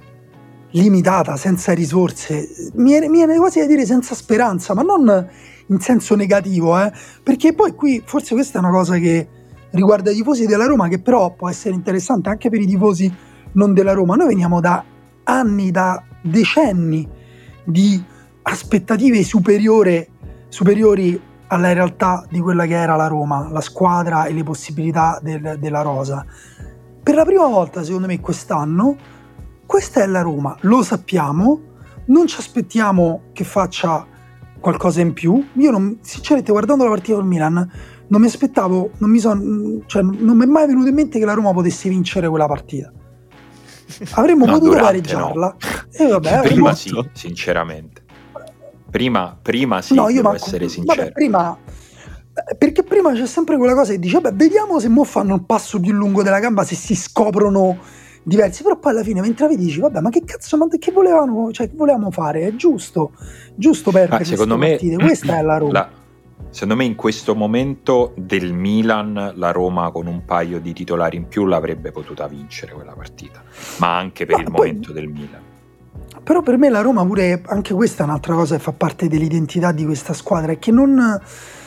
limitata, senza risorse, mi viene, mi viene quasi da dire senza speranza, ma non in senso negativo, eh? Perché poi qui forse questa è una cosa che riguarda i tifosi della Roma, che però può essere interessante anche per i tifosi non della Roma. Noi veniamo da anni, da decenni di aspettative superiore, superiori alla realtà di quella che era la Roma, la squadra e le possibilità del, della rosa. Per la prima volta, secondo me, quest'anno, questa è la Roma, lo sappiamo, non ci aspettiamo che faccia qualcosa in più. Io non, sinceramente, guardando la partita del Milan, non mi aspettavo, non mi son, cioè non mi è mai venuto in mente che la Roma potesse vincere quella partita. Avremmo no, potuto durante, pareggiarla. No. E vabbè, prima avremmo... sì, sinceramente. Prima, prima sì, no, io devo manco, essere sincero. Vabbè, prima, perché prima c'è sempre quella cosa che dice, vabbè, vediamo se mo fanno il passo più lungo della gamba, se si scoprono diversi, però poi alla fine mentre vedi dici vabbè, ma che cazzo, ma che volevano, cioè che volevamo fare? È giusto, giusto perdere ah, secondo me, partite, questa è la Roma. La, secondo me in questo momento del Milan la Roma con un paio di titolari in più l'avrebbe potuta vincere quella partita, ma anche per ma il poi, momento del Milan. Però per me la Roma pure, anche questa è un'altra cosa che fa parte dell'identità di questa squadra, è che non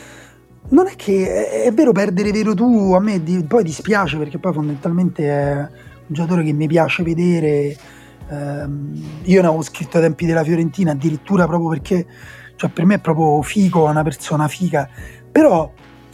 non è che è, è vero, perdere Veretù a me di, poi dispiace, perché poi fondamentalmente è un giocatore che mi piace vedere. ehm, io ne avevo scritto ai tempi della Fiorentina addirittura, proprio perché cioè per me è proprio figo, è una persona figa, però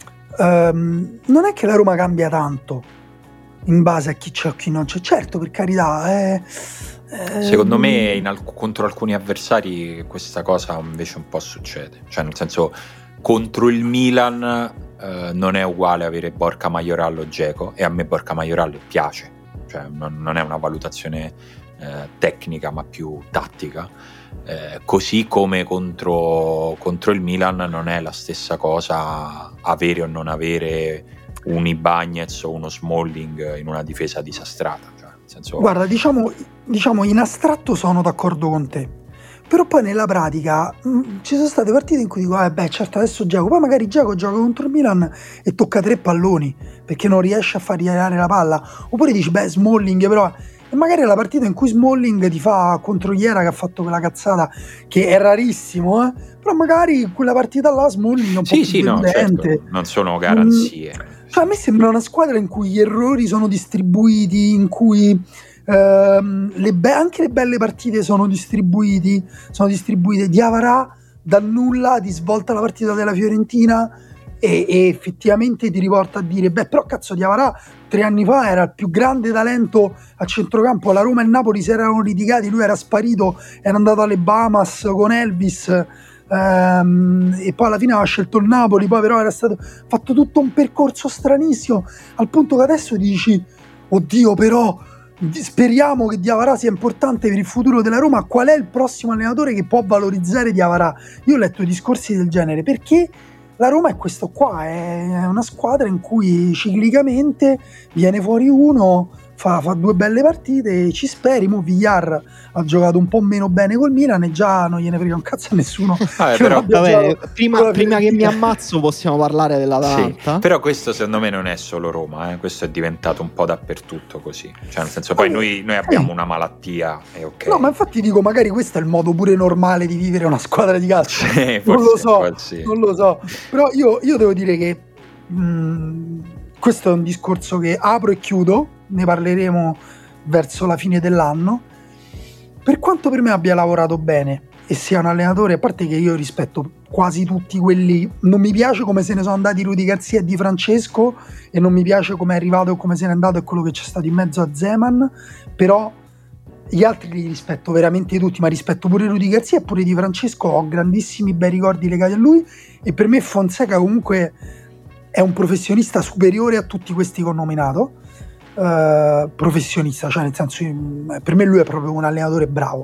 ehm, non è che la Roma cambia tanto in base a chi c'è o chi non c'è, certo, per carità, è, è... secondo me in alc- contro alcuni avversari questa cosa invece un po' succede, cioè nel senso contro il Milan eh, non è uguale avere Borca Majoral o Dzeko, e a me Borca Majoral piace, cioè non, non è una valutazione eh, tecnica ma più tattica, eh, così come contro, contro il Milan non è la stessa cosa avere o non avere un Ibañez o uno Smalling in una difesa disastrata, cioè, nel senso... Guarda, diciamo, diciamo in astratto sono d'accordo con te, Però poi nella pratica mh, ci sono state partite in cui dico, eh beh certo adesso gioco, poi magari gioco, gioco contro il Milan e tocca tre palloni perché non riesce a far ritirare la palla, oppure dici beh Smalling però, e magari è la partita in cui Smalling ti fa contro Iera che ha fatto quella cazzata che è rarissimo, eh? Però magari quella partita là Smalling è un sì, po' sì, più no, deludente. certo, non sono garanzie. Mm, cioè a me sembra una squadra in cui gli errori sono distribuiti, in cui ehm, le be- anche le belle partite sono distribuiti, sono distribuite. Diawara dal nulla ti svolta la partita della Fiorentina e, e effettivamente ti riporta a dire beh però cazzo Diawara tre anni fa era il più grande talento a centrocampo, la Roma e il Napoli si erano litigati, lui era sparito, era andato alle Bahamas con Elvis, ehm, e poi alla fine aveva scelto il Napoli, poi però era stato fatto tutto un percorso stranissimo al punto che adesso dici oddio però speriamo che Diawara sia importante per il futuro della Roma, qual è il prossimo allenatore che può valorizzare Diawara? Io ho letto discorsi del genere perché la Roma è questo qua, è una squadra in cui ciclicamente viene fuori uno, fa, fa due belle partite, ci speri. Mo Villar ha giocato un po' meno bene col Milan e già non gliene frega un cazzo a nessuno. Vabbè, però, vabbè, prima, prima che mi ammazzo possiamo parlare dell'Atalanta. Sì, però questo secondo me non è solo Roma, eh? Questo è diventato un po' dappertutto così, cioè nel senso poi noi, noi abbiamo una malattia e ok. No, ma infatti dico magari questo è il modo pure normale di vivere una squadra di calcio. Sì, non lo so, sì. non lo so. Però io, io devo dire che mh, questo è un discorso che apro e chiudo, ne parleremo verso la fine dell'anno. Per quanto per me abbia lavorato bene e sia un allenatore, a parte che io rispetto quasi tutti quelli, non mi piace come se ne sono andati Rudy Garcia e Di Francesco e non mi piace come è arrivato e come se n'è andato e quello che c'è stato in mezzo a Zeman, però gli altri li rispetto veramente tutti, ma rispetto pure Rudy Garcia e pure Di Francesco, ho grandissimi bei ricordi legati a lui e per me Fonseca comunque è un professionista superiore a tutti questi che ho nominato. Uh, professionista, cioè nel senso per me lui è proprio un allenatore bravo,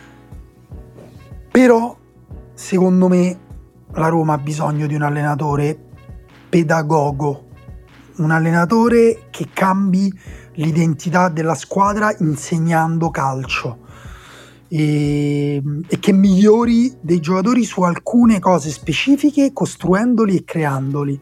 però secondo me la Roma ha bisogno di un allenatore pedagogo, un allenatore che cambi l'identità della squadra insegnando calcio e, e che migliori dei giocatori su alcune cose specifiche costruendoli e creandoli.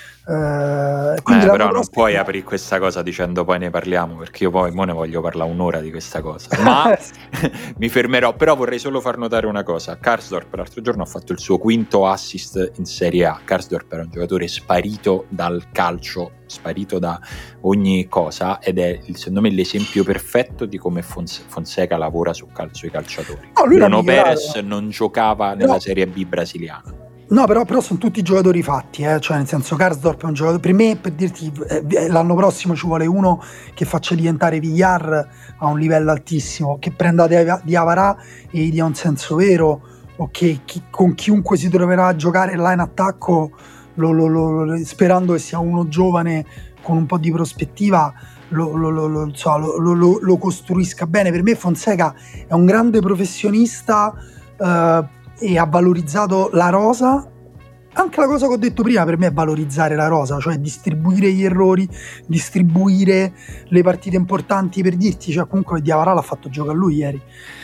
Uh, quindi eh, però prossima... non puoi aprire questa cosa dicendo poi ne parliamo, perché io poi mo ne voglio parlare un'ora di questa cosa, ma mi fermerò. Però vorrei solo far notare una cosa: Karsdorp l'altro giorno ha fatto il suo quinto assist in Serie A. Karsdorp era un giocatore sparito dal calcio, sparito da ogni cosa, ed è secondo me l'esempio perfetto di come Fonse- Fonseca lavora su cal- sui calciatori. No, Bruno Perez non giocava nella no. Serie B brasiliana. No, però, però sono tutti giocatori fatti, eh? Cioè nel senso Karsdorp è un giocatore, per me, per dirti, eh, l'anno prossimo ci vuole uno che faccia diventare Villar a un livello altissimo, che prenda Diawara e gli dia un senso vero, o che chi, con chiunque si troverà a giocare là in attacco, lo, lo, lo, sperando che sia uno giovane con un po' di prospettiva, lo, lo, lo, lo, so, lo, lo, lo costruisca bene. Per me Fonseca è un grande professionista, eh, e ha valorizzato la rosa. Anche la cosa che ho detto prima per me è valorizzare la rosa, cioè distribuire gli errori, distribuire le partite importanti, per dirti, cioè comunque Diawara l'ha fatto giocare lui ieri.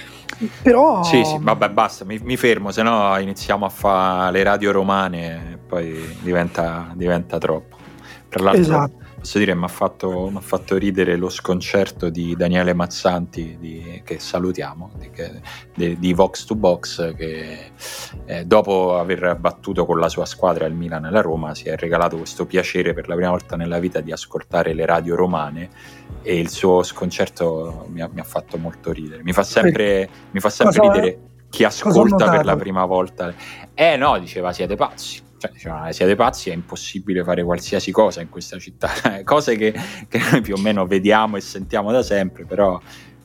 Però sì sì vabbè basta, mi, mi fermo, se no iniziamo a fare le radio romane e poi diventa, diventa troppo. Tra l'altro esatto. Posso dire, mi ha fatto, m'ha fatto ridere lo sconcerto di Daniele Mazzanti, di, che salutiamo, di, che, di, di Vox to Box, che eh, dopo aver battuto con la sua squadra il Milan e la Roma si è regalato questo piacere per la prima volta nella vita di ascoltare le radio romane, e il suo sconcerto mi ha, mi ha fatto molto ridere. Mi fa sempre, mi fa sempre cosa, ridere chi ascolta per la prima volta. Eh no, diceva siete pazzi. Cioè, dicevano, siete pazzi, è impossibile fare qualsiasi cosa in questa città, cose che, che noi più o meno vediamo e sentiamo da sempre, però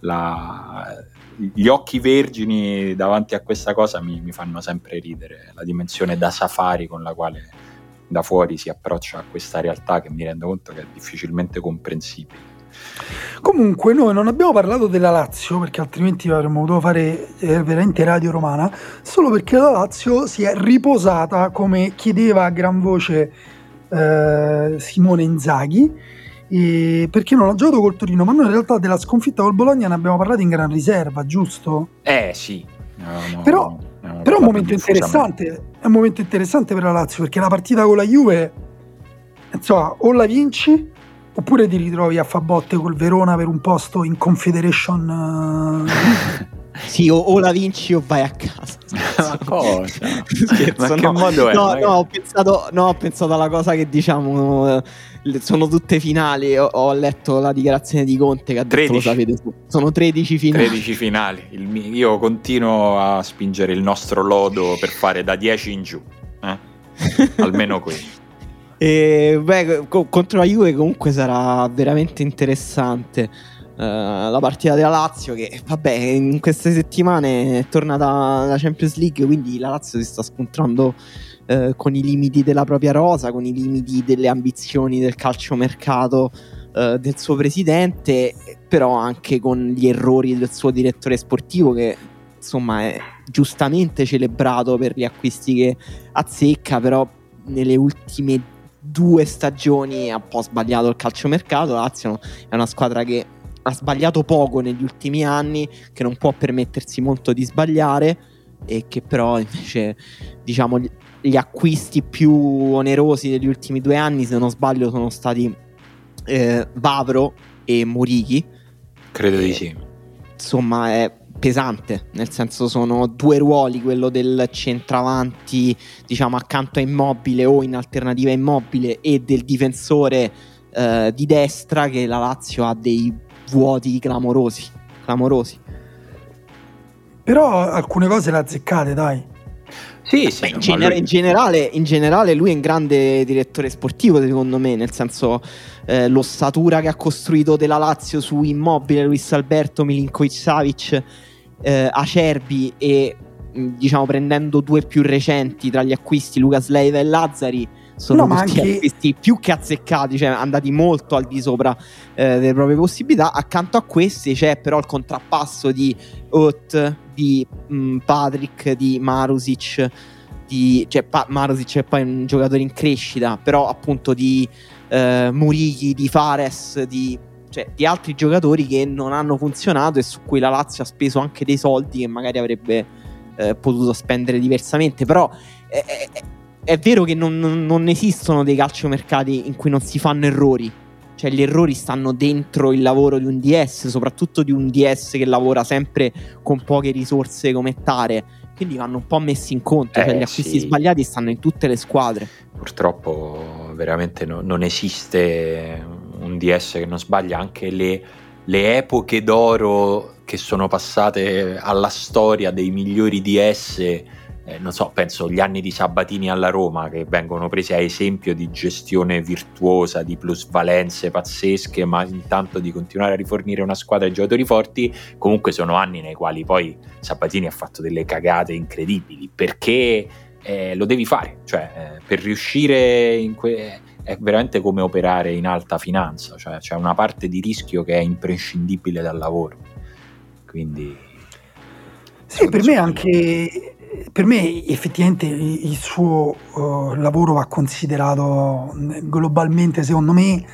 la, gli occhi vergini davanti a questa cosa mi, mi fanno sempre ridere, la dimensione da safari con la quale da fuori si approccia a questa realtà, che mi rendo conto che è difficilmente comprensibile. Comunque noi non abbiamo parlato della Lazio, perché altrimenti avremmo dovuto fare eh, veramente radio romana, solo perché la Lazio si è riposata, come chiedeva a gran voce eh, Simone Inzaghi, e perché non ha giocato col Torino, ma noi in realtà della sconfitta col Bologna ne abbiamo parlato in gran riserva, giusto? Eh sì, No, no, però no, però è un momento interessante, è un momento interessante per la Lazio, perché la partita con la Juve, insomma, o la vinci oppure ti ritrovi a fa botte col Verona per un posto in Confederation. Sì, o, o la vinci o vai a casa. Ma cosa? Scherzo, Ma che no. modo è? No, Ma... no, ho pensato, no, ho pensato alla cosa che diciamo, eh, sono tutte finali. Ho, ho letto la dichiarazione di Conte che ha detto, lo sapete, sono tredici finali. tredici finali. Il mio, io continuo a spingere il nostro lodo per fare da dieci in giù, eh? Almeno qui. E beh, co- contro la Juve comunque sarà veramente interessante. Uh, la partita della Lazio, che vabbè, in queste settimane è tornata la Champions League, quindi la Lazio si sta scontrando uh, con i limiti della propria rosa, con i limiti delle ambizioni del calciomercato uh, del suo presidente, però anche con gli errori del suo direttore sportivo, che insomma è giustamente celebrato per gli acquisti che azzecca, però nelle ultime due stagioni ha un po' sbagliato il calciomercato. La Lazio è una squadra che ha sbagliato poco negli ultimi anni, che non può permettersi molto di sbagliare, e che però invece, diciamo, gli, gli acquisti più onerosi degli ultimi due anni, se non sbaglio, sono stati eh, Vavro e Muriqi. Credo e, di sì. Insomma, è pesante, nel senso sono due ruoli, quello del centravanti, diciamo, accanto a Immobile o in alternativa a Immobile, e del difensore eh, di destra, che la Lazio ha dei vuoti clamorosi, clamorosi. Però alcune cose le azzeccate, dai. Sì, sì. Beh, in, gener- lui... in, generale, in generale lui è un grande direttore sportivo, secondo me, nel senso eh, l'ossatura che ha costruito della Lazio su Immobile, Luis Alberto, Milinkovic-Savic, eh, Acerbi e diciamo prendendo due più recenti tra gli acquisti, Lucas Leiva e Lazzari, sono no, tutti anche... acquisti più che azzeccati, cioè andati molto al di sopra eh, delle proprie possibilità. Accanto a questi c'è però il contrappasso di Ott, di mh, Patrick, di Marusic, di, cioè pa- Marusic è poi un giocatore in crescita, però appunto di eh, Muriqi, di Fares, di, cioè, di altri giocatori che non hanno funzionato e su cui la Lazio ha speso anche dei soldi che magari avrebbe eh, potuto spendere diversamente. Però è, è, è vero che non, non esistono dei calciomercati in cui non si fanno errori, cioè gli errori stanno dentro il lavoro di un D S, soprattutto di un D S che lavora sempre con poche risorse come Tare, quindi vanno un po' messi in conto, eh, cioè gli acquisti sì. sbagliati stanno in tutte le squadre. Purtroppo veramente no, non esiste un D S che non sbaglia. Anche le, le epoche d'oro che sono passate alla storia dei migliori D S, Eh, non so, penso gli anni di Sabatini alla Roma, che vengono presi a esempio di gestione virtuosa, di plusvalenze pazzesche, ma intanto di continuare a rifornire una squadra di giocatori forti. Comunque sono anni nei quali poi Sabatini ha fatto delle cagate incredibili, perché eh, lo devi fare, cioè eh, per riuscire in que- è veramente come operare in alta finanza, cioè c'è una parte di rischio che è imprescindibile dal lavoro. Quindi sì, per me anche per me effettivamente il suo uh, lavoro va considerato globalmente, secondo me,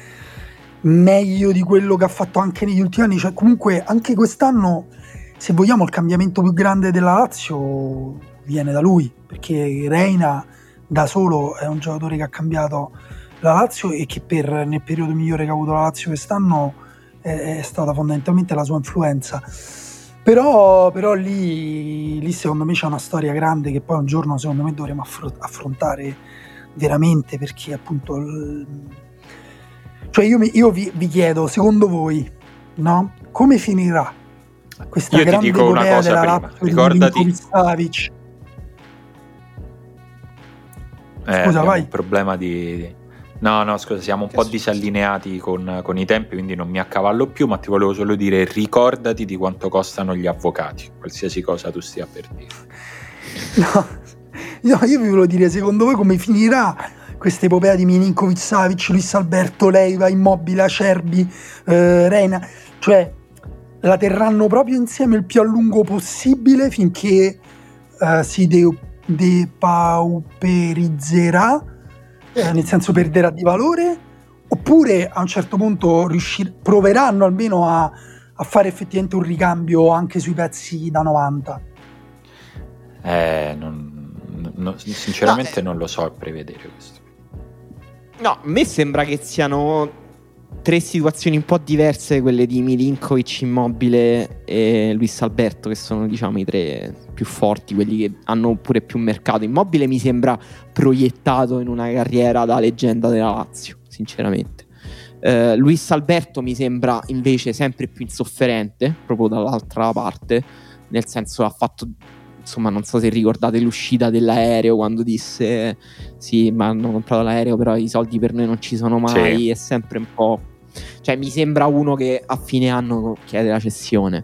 meglio di quello che ha fatto anche negli ultimi anni. Cioè, comunque anche quest'anno, se vogliamo, il cambiamento più grande della Lazio viene da lui, perché Reina da solo è un giocatore che ha cambiato la Lazio e che per nel periodo migliore che ha avuto la Lazio quest'anno è, è stata fondamentalmente la sua influenza. Però, però lì, lì secondo me c'è una storia grande che poi un giorno secondo me dovremo affr- affrontare veramente, perché appunto il... cioè io, mi, io vi, vi chiedo, secondo voi, no? Come finirà questa io grande ti dico una cosa della prima, Lazio, ricordati di Savic? eh, Scusa, vai. Un problema di no no scusa, siamo un che po' succede? disallineati con, con i tempi, quindi non mi accavallo più, ma ti volevo solo dire, ricordati di quanto costano gli avvocati, qualsiasi cosa tu stia per dire. No, no, io vi volevo dire, secondo voi come finirà questa epopea di Milinkovic-Savic, Luis Alberto, Leiva, Immobile, Acerbi, eh, Reina? Cioè la terranno proprio insieme il più a lungo possibile finché eh, si de- depauperizzerà, eh, nel senso perderà di valore, oppure a un certo punto riuscir- proveranno almeno a, a fare effettivamente un ricambio anche sui pezzi da novanta? Eh, non, non, sinceramente no, non lo so prevedere questo. No, a me sembra che siano tre situazioni un po' diverse, quelle di Milinkovic, Immobile e Luis Alberto, che sono diciamo i tre più forti, quelli che hanno pure più mercato. Immobile mi sembra proiettato in una carriera da leggenda della Lazio, sinceramente. Uh, Luis Alberto mi sembra invece sempre più insofferente, proprio dall'altra parte, nel senso ha fatto, insomma, non so se ricordate l'uscita dell'aereo quando disse sì, ma hanno comprato l'aereo, però i soldi per noi non ci sono mai. Sì. È sempre un po', cioè mi sembra uno che a fine anno chiede la cessione.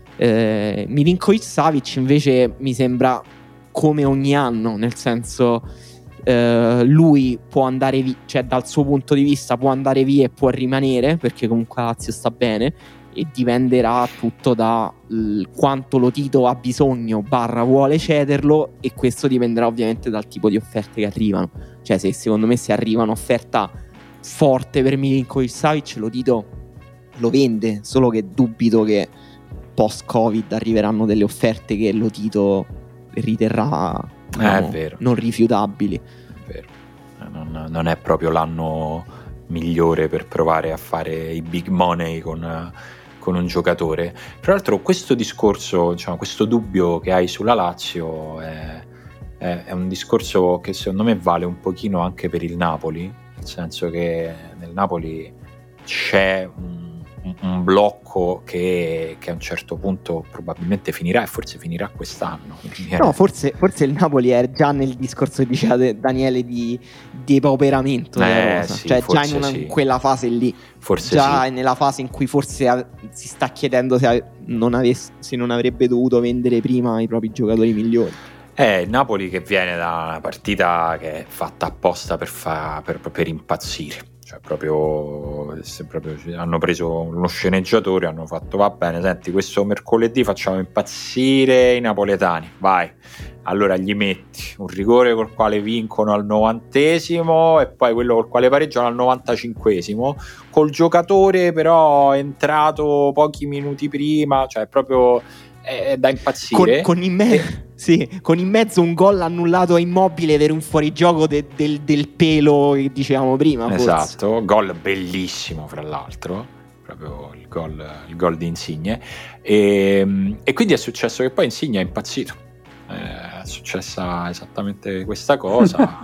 eh, Milinkovic Savic invece mi sembra come ogni anno, nel senso eh, lui può andare via, cioè dal suo punto di vista può andare via e può rimanere, perché comunque Lazio sta bene, e dipenderà tutto da l- quanto lo Tito ha bisogno barra vuole cederlo, e questo dipenderà ovviamente dal tipo di offerte che arrivano. Cioè se secondo me se arriva un'offerta forte per Milinkovic Savic, lo Tito lo vende, solo che dubito che post Covid arriveranno delle offerte che lo Tito riterrà eh, è vero. non rifiutabili. È vero. Non, non è proprio l'anno migliore per provare a fare i big money con con un giocatore. Tra l'altro questo discorso, diciamo, questo dubbio che hai sulla Lazio è, è, è un discorso che secondo me vale un pochino anche per il Napoli, nel senso che nel Napoli c'è un, un, un blocco che, che a un certo punto probabilmente finirà, e forse finirà quest'anno. No, forse, forse il Napoli è già nel discorso che diceva Daniele di depauperamento della eh, rosa, sì, cioè già in, una, sì. in quella fase lì, forse già sì. è nella fase in cui forse a, si sta chiedendo se non, avesse, se non avrebbe dovuto vendere prima i propri giocatori migliori. Eh, il Napoli che viene da una partita che è fatta apposta per, fa, per, per impazzire. Cioè proprio, proprio hanno preso uno sceneggiatore, hanno fatto va bene, senti, questo mercoledì facciamo impazzire i napoletani, vai. Allora gli metti un rigore col quale vincono al novantesimo e poi quello col quale pareggiano al novantacinquesimo, col giocatore però entrato pochi minuti prima, cioè proprio è da impazzire. Con, con, in me- e- sì, con in mezzo un gol annullato a Immobile per un fuorigioco de- del, del pelo che dicevamo prima. Esatto, forse. Gol bellissimo fra l'altro, proprio il gol, il gol di Insigne, e, e quindi è successo che poi Insigne è impazzito, è successa esattamente questa cosa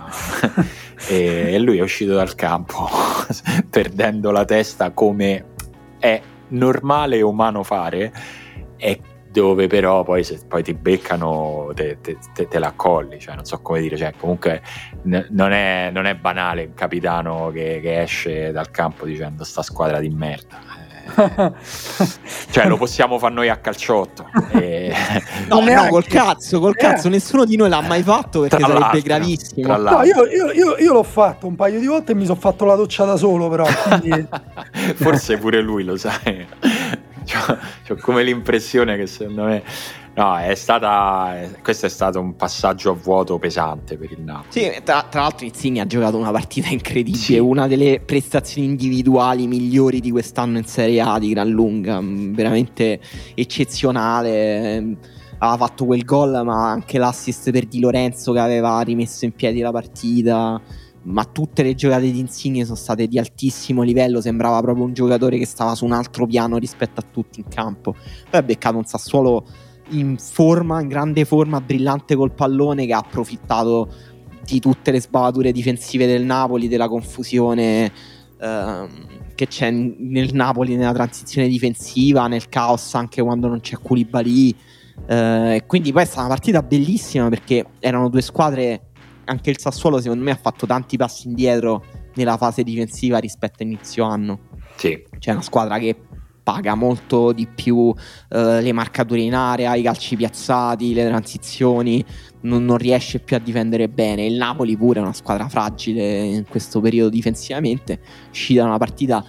e, e lui è uscito dal campo perdendo la testa, come è normale e umano fare, e dove però poi se poi ti beccano te, te, te, te la accolli, cioè non so come dire, cioè comunque n- non, è, non è banale un capitano che, che esce dal campo dicendo sta squadra di merda, eh, cioè lo possiamo fare noi a calciotto, e... no, no, col cazzo, col cazzo, eh. Nessuno di noi l'ha mai fatto, perché tra sarebbe gravissimo. No, io, io, io, io l'ho fatto un paio di volte e mi sono fatto la doccia da solo, però quindi... forse pure lui lo sai. C'ho come l'impressione che secondo me no, è stata questo è stato un passaggio a vuoto pesante per il Napoli. Sì, tra, tra l'altro Insigne ha giocato una partita incredibile, sì. Una delle prestazioni individuali migliori di quest'anno in Serie A di gran lunga, veramente eccezionale. Aveva fatto quel gol, ma anche l'assist per Di Lorenzo che aveva rimesso in piedi la partita. Ma tutte le giocate di Insigne sono state di altissimo livello, sembrava proprio un giocatore che stava su un altro piano rispetto a tutti in campo. Poi ha beccato un Sassuolo in forma, in grande forma, brillante col pallone, che ha approfittato di tutte le sbavature difensive del Napoli, della confusione ehm, che c'è nel Napoli nella transizione difensiva, nel caos anche quando non c'è Koulibaly, eh, quindi poi è stata una partita bellissima, perché erano due squadre. Anche il Sassuolo secondo me ha fatto tanti passi indietro nella fase difensiva rispetto a inizio anno. Sì. C'è una squadra che paga molto di più eh, le marcature in area, i calci piazzati, le transizioni, non, non riesce più a difendere bene. Il Napoli pure è una squadra fragile in questo periodo difensivamente, uscita da una partita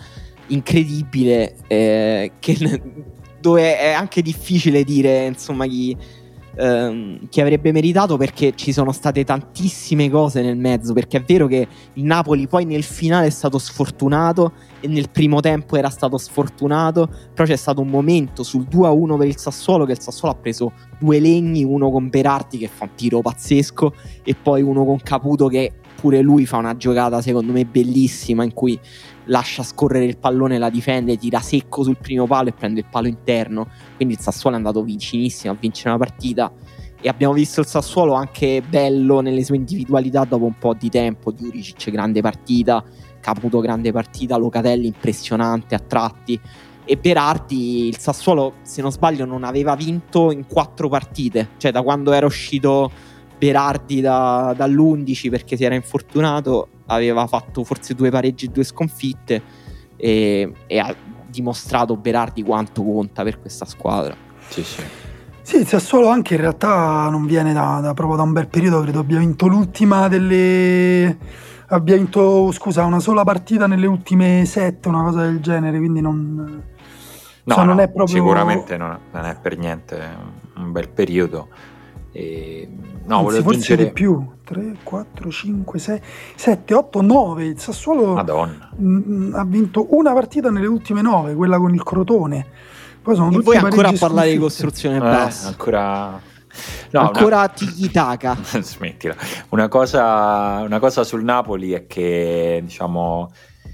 incredibile, eh, che, dove è anche difficile dire insomma chi... ehm, che avrebbe meritato, perché ci sono state tantissime cose nel mezzo, perché è vero che il Napoli poi nel finale è stato sfortunato e nel primo tempo era stato sfortunato, però c'è stato un momento sul due a uno per il Sassuolo che il Sassuolo ha preso due legni, uno con Berardi che fa un tiro pazzesco e poi uno con Caputo che pure lui fa una giocata secondo me bellissima, in cui lascia scorrere il pallone, la difende, tira secco sul primo palo e prende il palo interno. Quindi il Sassuolo è andato vicinissimo a vincere una partita, e abbiamo visto il Sassuolo anche bello nelle sue individualità dopo un po' di tempo. Juricic grande partita, Caputo grande partita, Locatelli impressionante a tratti, e Berardi, il Sassuolo se non sbaglio non aveva vinto in quattro partite, cioè da quando era uscito Berardi da, dall'undici perché si era infortunato, aveva fatto forse due pareggi e due sconfitte, e, e ha dimostrato Berardi quanto conta per questa squadra. Sì, sì. Sì, il Sassuolo anche in realtà non viene da, da proprio da un bel periodo, credo abbia vinto l'ultima delle... abbia vinto, scusa, una sola partita nelle ultime sette, una cosa del genere, quindi non... No, cioè, no, non è proprio... sicuramente non, non è per niente un bel periodo. E... No, Anzi, volevo forse aggiungere di più, tre, quattro, cinque, sei, sette, otto, nove. Il Sassuolo Madonna. mh, ha vinto una partita nelle ultime nove, quella con il Crotone. Poi sono E tutti voi ancora a pareggi parlare di sconfitte. costruzione Eh, bassa, ancora no, ancora una... tiki-taka. Smettila. Una cosa, una cosa sul Napoli è che, diciamo,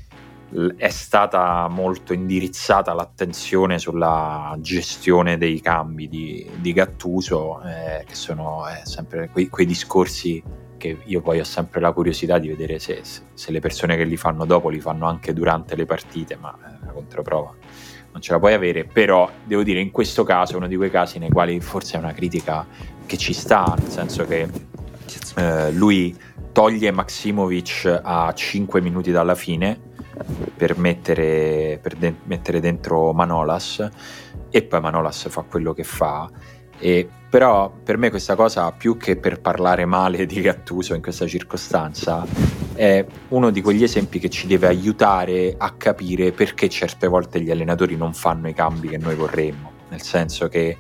è stata molto indirizzata l'attenzione sulla gestione dei cambi di, di Gattuso, eh, che sono eh, sempre quei, quei discorsi che io poi ho sempre la curiosità di vedere se, se le persone che li fanno dopo li fanno anche durante le partite, ma eh, la controprova non ce la puoi avere. Però devo dire, in questo caso è uno di quei casi nei quali forse è una critica che ci sta, nel senso che eh, lui toglie Maksimovic a cinque minuti dalla fine per mettere, per de- mettere dentro Manolas, e poi Manolas fa quello che fa. E però per me questa cosa, più che per parlare male di Gattuso in questa circostanza, è uno di quegli esempi che ci deve aiutare a capire perché certe volte gli allenatori non fanno i cambi che noi vorremmo, nel senso che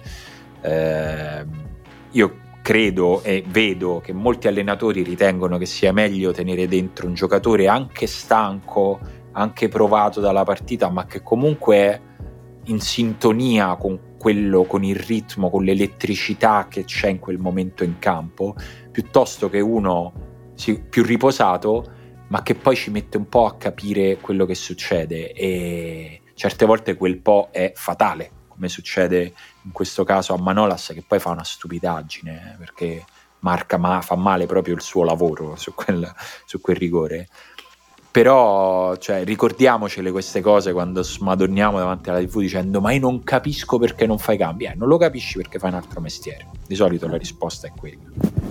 eh, io credo e vedo che molti allenatori ritengono che sia meglio tenere dentro un giocatore anche stanco, anche provato dalla partita, ma che comunque è in sintonia con quello, con il ritmo, con l'elettricità che c'è in quel momento in campo, piuttosto che uno sì, più riposato, ma che poi ci mette un po' a capire quello che succede, e certe volte quel po' è fatale, come succede in questo caso a Manolas, che poi fa una stupidaggine eh, perché marca, ma fa male proprio il suo lavoro su quel, su quel rigore. Però cioè, ricordiamocele queste cose quando smadonniamo davanti alla tivù dicendo ma io non capisco perché non fai cambi. Eh, non lo capisci perché fai un altro mestiere. Di solito la risposta è quella.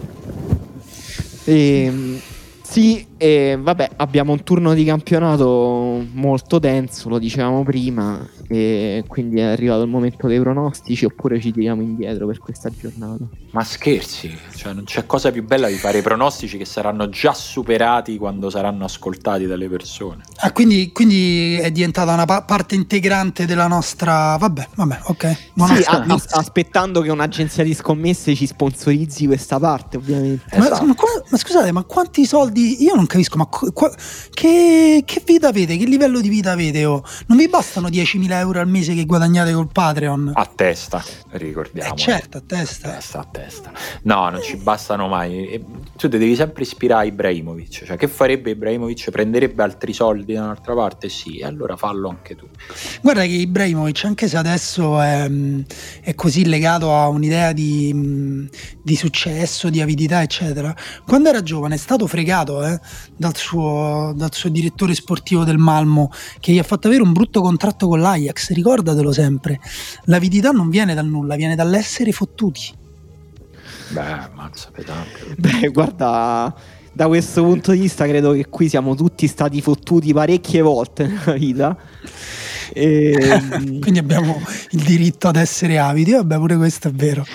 E, sì, e vabbè, abbiamo un turno di campionato molto denso, lo dicevamo prima, e quindi è arrivato il momento dei pronostici, oppure ci tiriamo indietro per questa giornata? Ma scherzi, cioè non c'è cosa più bella di fare i pronostici che saranno già superati quando saranno ascoltati dalle persone. Ah, quindi, quindi è diventata una pa- parte integrante della nostra... Vabbè, vabbè, ok. Buona Sì, storia. a- a- aspettando che un'agenzia di scommesse ci sponsorizzi questa parte, ovviamente. Ma, Esatto. ma qua- ma scusate, ma quanti soldi? Io non capisco, ma qu- qua- che, che vita avete? Che livello di vita avete? Oh? Non vi bastano diecimila euro al mese che guadagnate col Patreon? A testa, ricordiamo. Eh, certo, a testa. A testa, a testa. No, non ci bastano mai. E tu ti devi sempre ispirare a Ibrahimovic. Cioè, che farebbe Ibrahimovic? Prenderebbe altri soldi da un'altra parte? Sì, allora fallo anche tu. Guarda che Ibrahimovic, anche se adesso è, è così legato a un'idea di, di successo, di avidità, eccetera, quando era giovane è stato fregato eh, dal, suo, dal suo direttore sportivo del Malmo, che gli ha fatto avere un brutto contratto con l'Ajax. Ricordatelo sempre, l'avidità non viene dal nulla, viene dall'essere fottuti. Beh, mazza pesante. Beh, guarda, da questo punto di vista credo che qui siamo tutti stati fottuti parecchie volte nella vita. E... Quindi abbiamo il diritto ad essere avidi. Vabbè, pure questo è vero.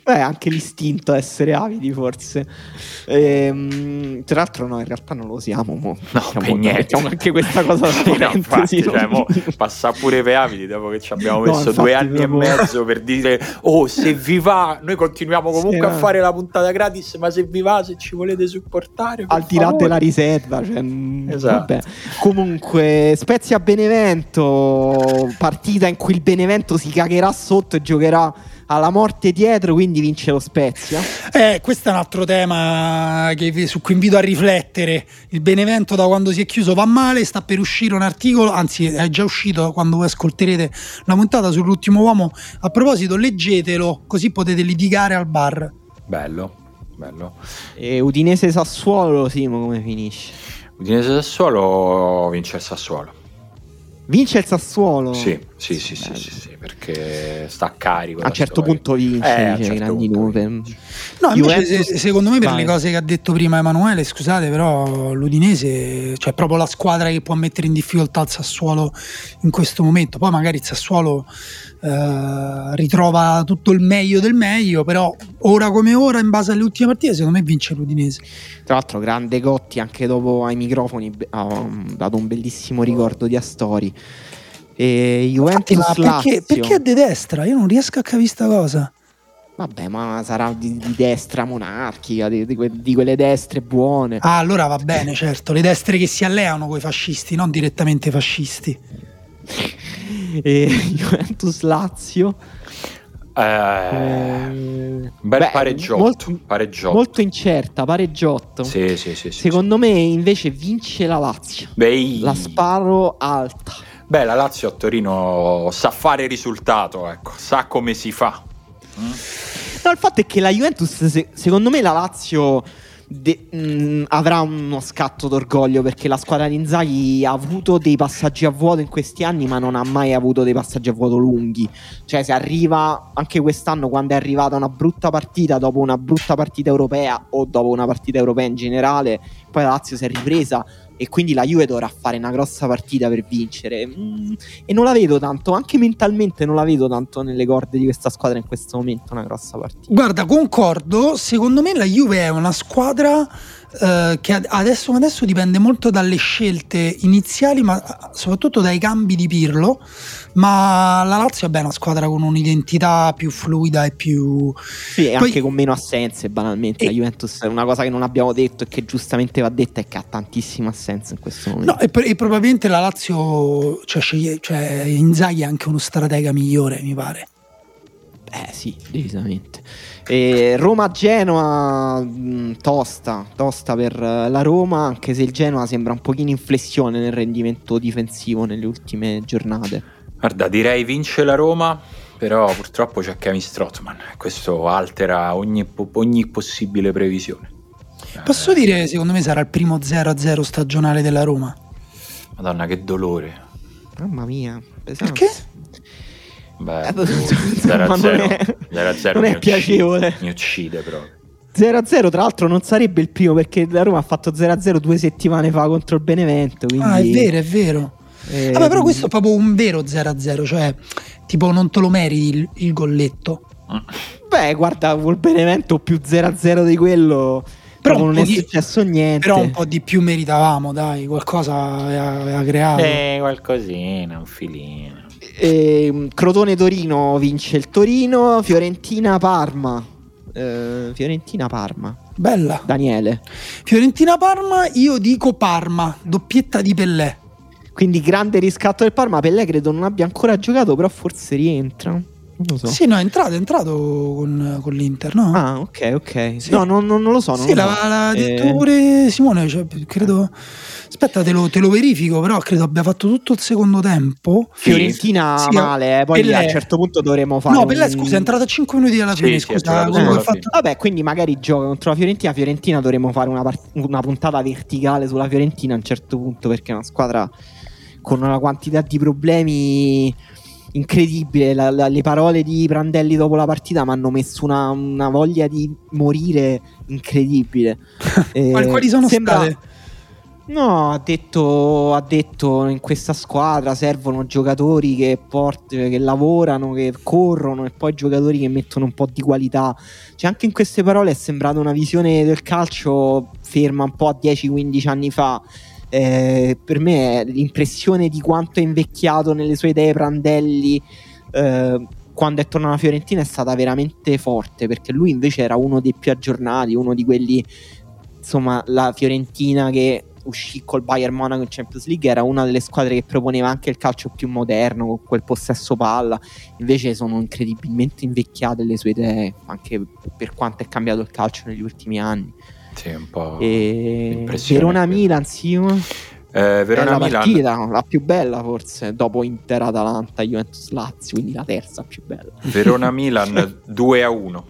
Beh, anche l'istinto a essere avidi, forse. Ehm, tra l'altro, no, in realtà non lo siamo. Mo. No, Siamo, per niente. Mettiamo anche questa cosa sì, no, infatti, no? cioè, mo, passa pure per avidi dopo che ci abbiamo No, messo infatti, due anni proprio... e mezzo per dire oh, se vi va, noi continuiamo comunque sì, a fare la puntata gratis, ma se vi va, se ci volete supportare, al di là della riserva, cioè, esatto. Vabbè. Comunque, Spezia Benevento, partita in cui il Benevento si cagherà sotto e giocherà alla morte dietro, quindi vince lo Spezia. Eh, questo è un altro tema che, su cui invito a riflettere. Il Benevento da quando si è chiuso va male, sta per uscire un articolo, anzi è già uscito quando voi ascolterete una puntata sull'ultimo uomo. A proposito, leggetelo, così potete litigare al bar. Bello, bello. E Udinese Sassuolo, Simo, come finisce? Udinese Sassuolo vince il Sassuolo. Vince il Sassuolo? Sì, sì, sì, sì, sì, sì, perché sta a carico. A un certo punto vince, eh, dice, certo grandi nuove. No, invece Juventus... se, secondo me per Vai. le cose che ha detto prima Emanuele, scusate, però l'Udinese, cioè proprio la squadra che può mettere in difficoltà il Sassuolo in questo momento. Poi magari il Sassuolo eh, ritrova tutto il meglio del meglio, però ora come ora, in base alle ultime partite, secondo me vince l'Udinese. Tra l'altro grande Gotti, anche dopo ai microfoni ha dato un bellissimo ricordo di Astori. E Juventus Infatti, ma perché, Lazio. perché è di destra? Io non riesco a capire sta cosa. Vabbè, ma sarà di, di destra monarchica, di, di, que- di quelle destre buone. Ah, allora va bene, certo, le destre che si alleano con i fascisti, non direttamente fascisti. E Juventus Lazio. Eh, Eh, bel beh, pareggiotto, molto, pareggiotto. molto incerta, pareggiotto. Sì, sì, sì, sì, Secondo sì. me invece vince la Lazio. Beh, La sparo alta. Beh, la Lazio a Torino sa fare risultato, ecco, sa come si fa. Mm? No, il fatto è che la Juventus, se- secondo me la Lazio de- mh, avrà uno scatto d'orgoglio, perché la squadra di Inzaghi ha avuto dei passaggi a vuoto in questi anni, ma non ha mai avuto dei passaggi a vuoto lunghi. Cioè, se arriva anche quest'anno, quando è arrivata una brutta partita dopo una brutta partita europea o dopo una partita europea in generale, poi la Lazio si è ripresa e quindi la Juve dovrà fare una grossa partita per vincere. Mm, e non la vedo tanto, anche mentalmente non la vedo tanto nelle corde di questa squadra in questo momento, una grossa partita. Guarda, concordo, secondo me la Juve è una squadra eh, che adesso, adesso dipende molto dalle scelte iniziali, ma soprattutto dai cambi di Pirlo, ma la Lazio è una squadra con un'identità più fluida e più... Sì, e Poi... anche con meno assenze, banalmente. E... la Juventus è una cosa che non abbiamo detto e che giustamente va detta, è che ha tantissime assenze in questo momento. No, e, e probabilmente la Lazio, cioè, sceglie, cioè Inzaghi è anche uno stratega migliore, mi pare. Eh sì, decisamente. E Roma-Genoa, mh, tosta, tosta per la Roma, anche se il Genoa sembra un pochino in flessione nel rendimento difensivo nelle ultime giornate. Guarda, direi vince la Roma, però purtroppo c'è Kevin Strootman, questo altera ogni, ogni possibile previsione. Posso dire, secondo me sarà il primo zero a zero stagionale della Roma. Madonna, che dolore. Mamma mia, pesante. Perché? Beh, zero a zero non è, zero non è piacevole. Uccide, mi uccide proprio. zero a zero tra l'altro non sarebbe il primo, perché la Roma ha fatto zero a zero due settimane fa contro il Benevento, quindi... Ah, è vero, è vero. Eh, Vabbè, però questo è proprio un vero zero a zero, cioè tipo non te lo meriti il, il golletto. Beh, guarda, col Benevento più zero a zero di quello, però non è di... successo niente. Però un po' di più meritavamo, dai, qualcosa aveva, aveva creato. Eh, qualcosina, un filino. Eh, Crotone-Torino vince il Torino. Fiorentina-Parma. Eh, Fiorentina-Parma. Bella. Daniele. Fiorentina-Parma, io dico Parma, doppietta di Pellè. Quindi grande riscatto del Parma. Pellè credo non abbia ancora giocato, però forse rientra. Non lo so. Sì, no, è entrato, è entrato con, con l'Inter, no? Ah, ok, ok. Sì. No, non, non, non lo so. Non sì, lo l'ha, so. l'ha eh... detto pure Simone, cioè, credo... Aspetta, te lo, te lo verifico, però credo abbia fatto tutto il secondo tempo. Fiorentina sì, male, eh. Poi Pellè... a un certo punto dovremo fare. No, Pellè, un... scusa, è entrato a cinque minuti alla fine. Sì, scusa, sì, come eh, fatto... Vabbè, quindi magari gioca contro la Fiorentina. Fiorentina dovremo fare una, part... una puntata verticale sulla Fiorentina a un certo punto, perché è una squadra con una quantità di problemi incredibile. La, la, le parole di Prandelli dopo la partita mi hanno messo una, una voglia di morire incredibile. eh, quali sono sembra... state? No, ha detto, ha detto in questa squadra servono giocatori che, port- che lavorano, che corrono, e poi giocatori che mettono un po' di qualità. Cioè, anche in queste parole è sembrata una visione del calcio ferma un po' a dieci quindici anni fa. Eh, per me l'impressione di quanto è invecchiato nelle sue idee Prandelli eh, quando è tornato alla Fiorentina è stata veramente forte, perché lui invece era uno dei più aggiornati, uno di quelli, insomma, la Fiorentina che uscì col Bayern Monaco in Champions League era una delle squadre che proponeva anche il calcio più moderno, con quel possesso palla. Invece sono incredibilmente invecchiate le sue idee, anche per quanto è cambiato il calcio negli ultimi anni. Sì, un po' e Verona-Milan, sì, eh, Verona è la Milan, partita la più bella forse dopo Inter-Atalanta, Juventus-Lazio, quindi la terza più bella. Verona-Milan due a uno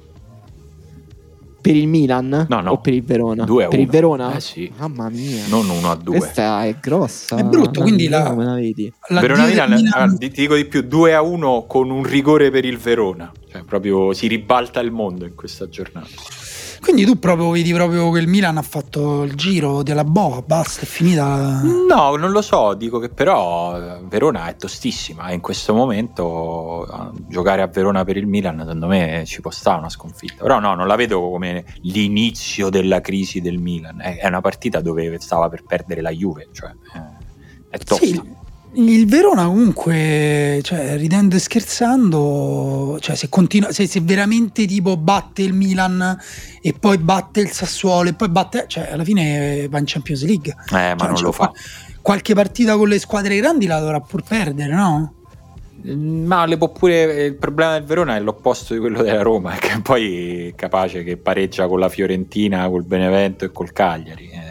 per il Milan? No, no, o per il Verona? due a per uno. il Verona? Eh sì. Mamma mia, non uno a due. Questa è grossa. È brutto, quindi la, come la vedi? Verona-Milan, Milan... ti dico di più, due a uno con un rigore per il Verona. Cioè proprio si ribalta il mondo in questa giornata. Quindi tu proprio vedi proprio che il Milan ha fatto il giro della boa, basta, è finita. No, non lo so, dico che però Verona è tostissima e in questo momento a giocare a Verona per il Milan secondo me ci può stare una sconfitta. Però no, non la vedo come l'inizio della crisi del Milan, è una partita dove stava per perdere la Juve, cioè è tosta. Sì. Il Verona comunque, cioè, ridendo e scherzando, cioè, se continua, se, se veramente tipo batte il Milan e poi batte il Sassuolo e poi batte, cioè alla fine va in Champions League. Eh, ma cioè, non cioè, lo fa. Qualche partita con le squadre grandi la dovrà pur perdere, no? Ma le può pure. Il problema del Verona è l'opposto di quello della Roma, che poi è capace che pareggia con la Fiorentina, col Benevento e col Cagliari. Eh.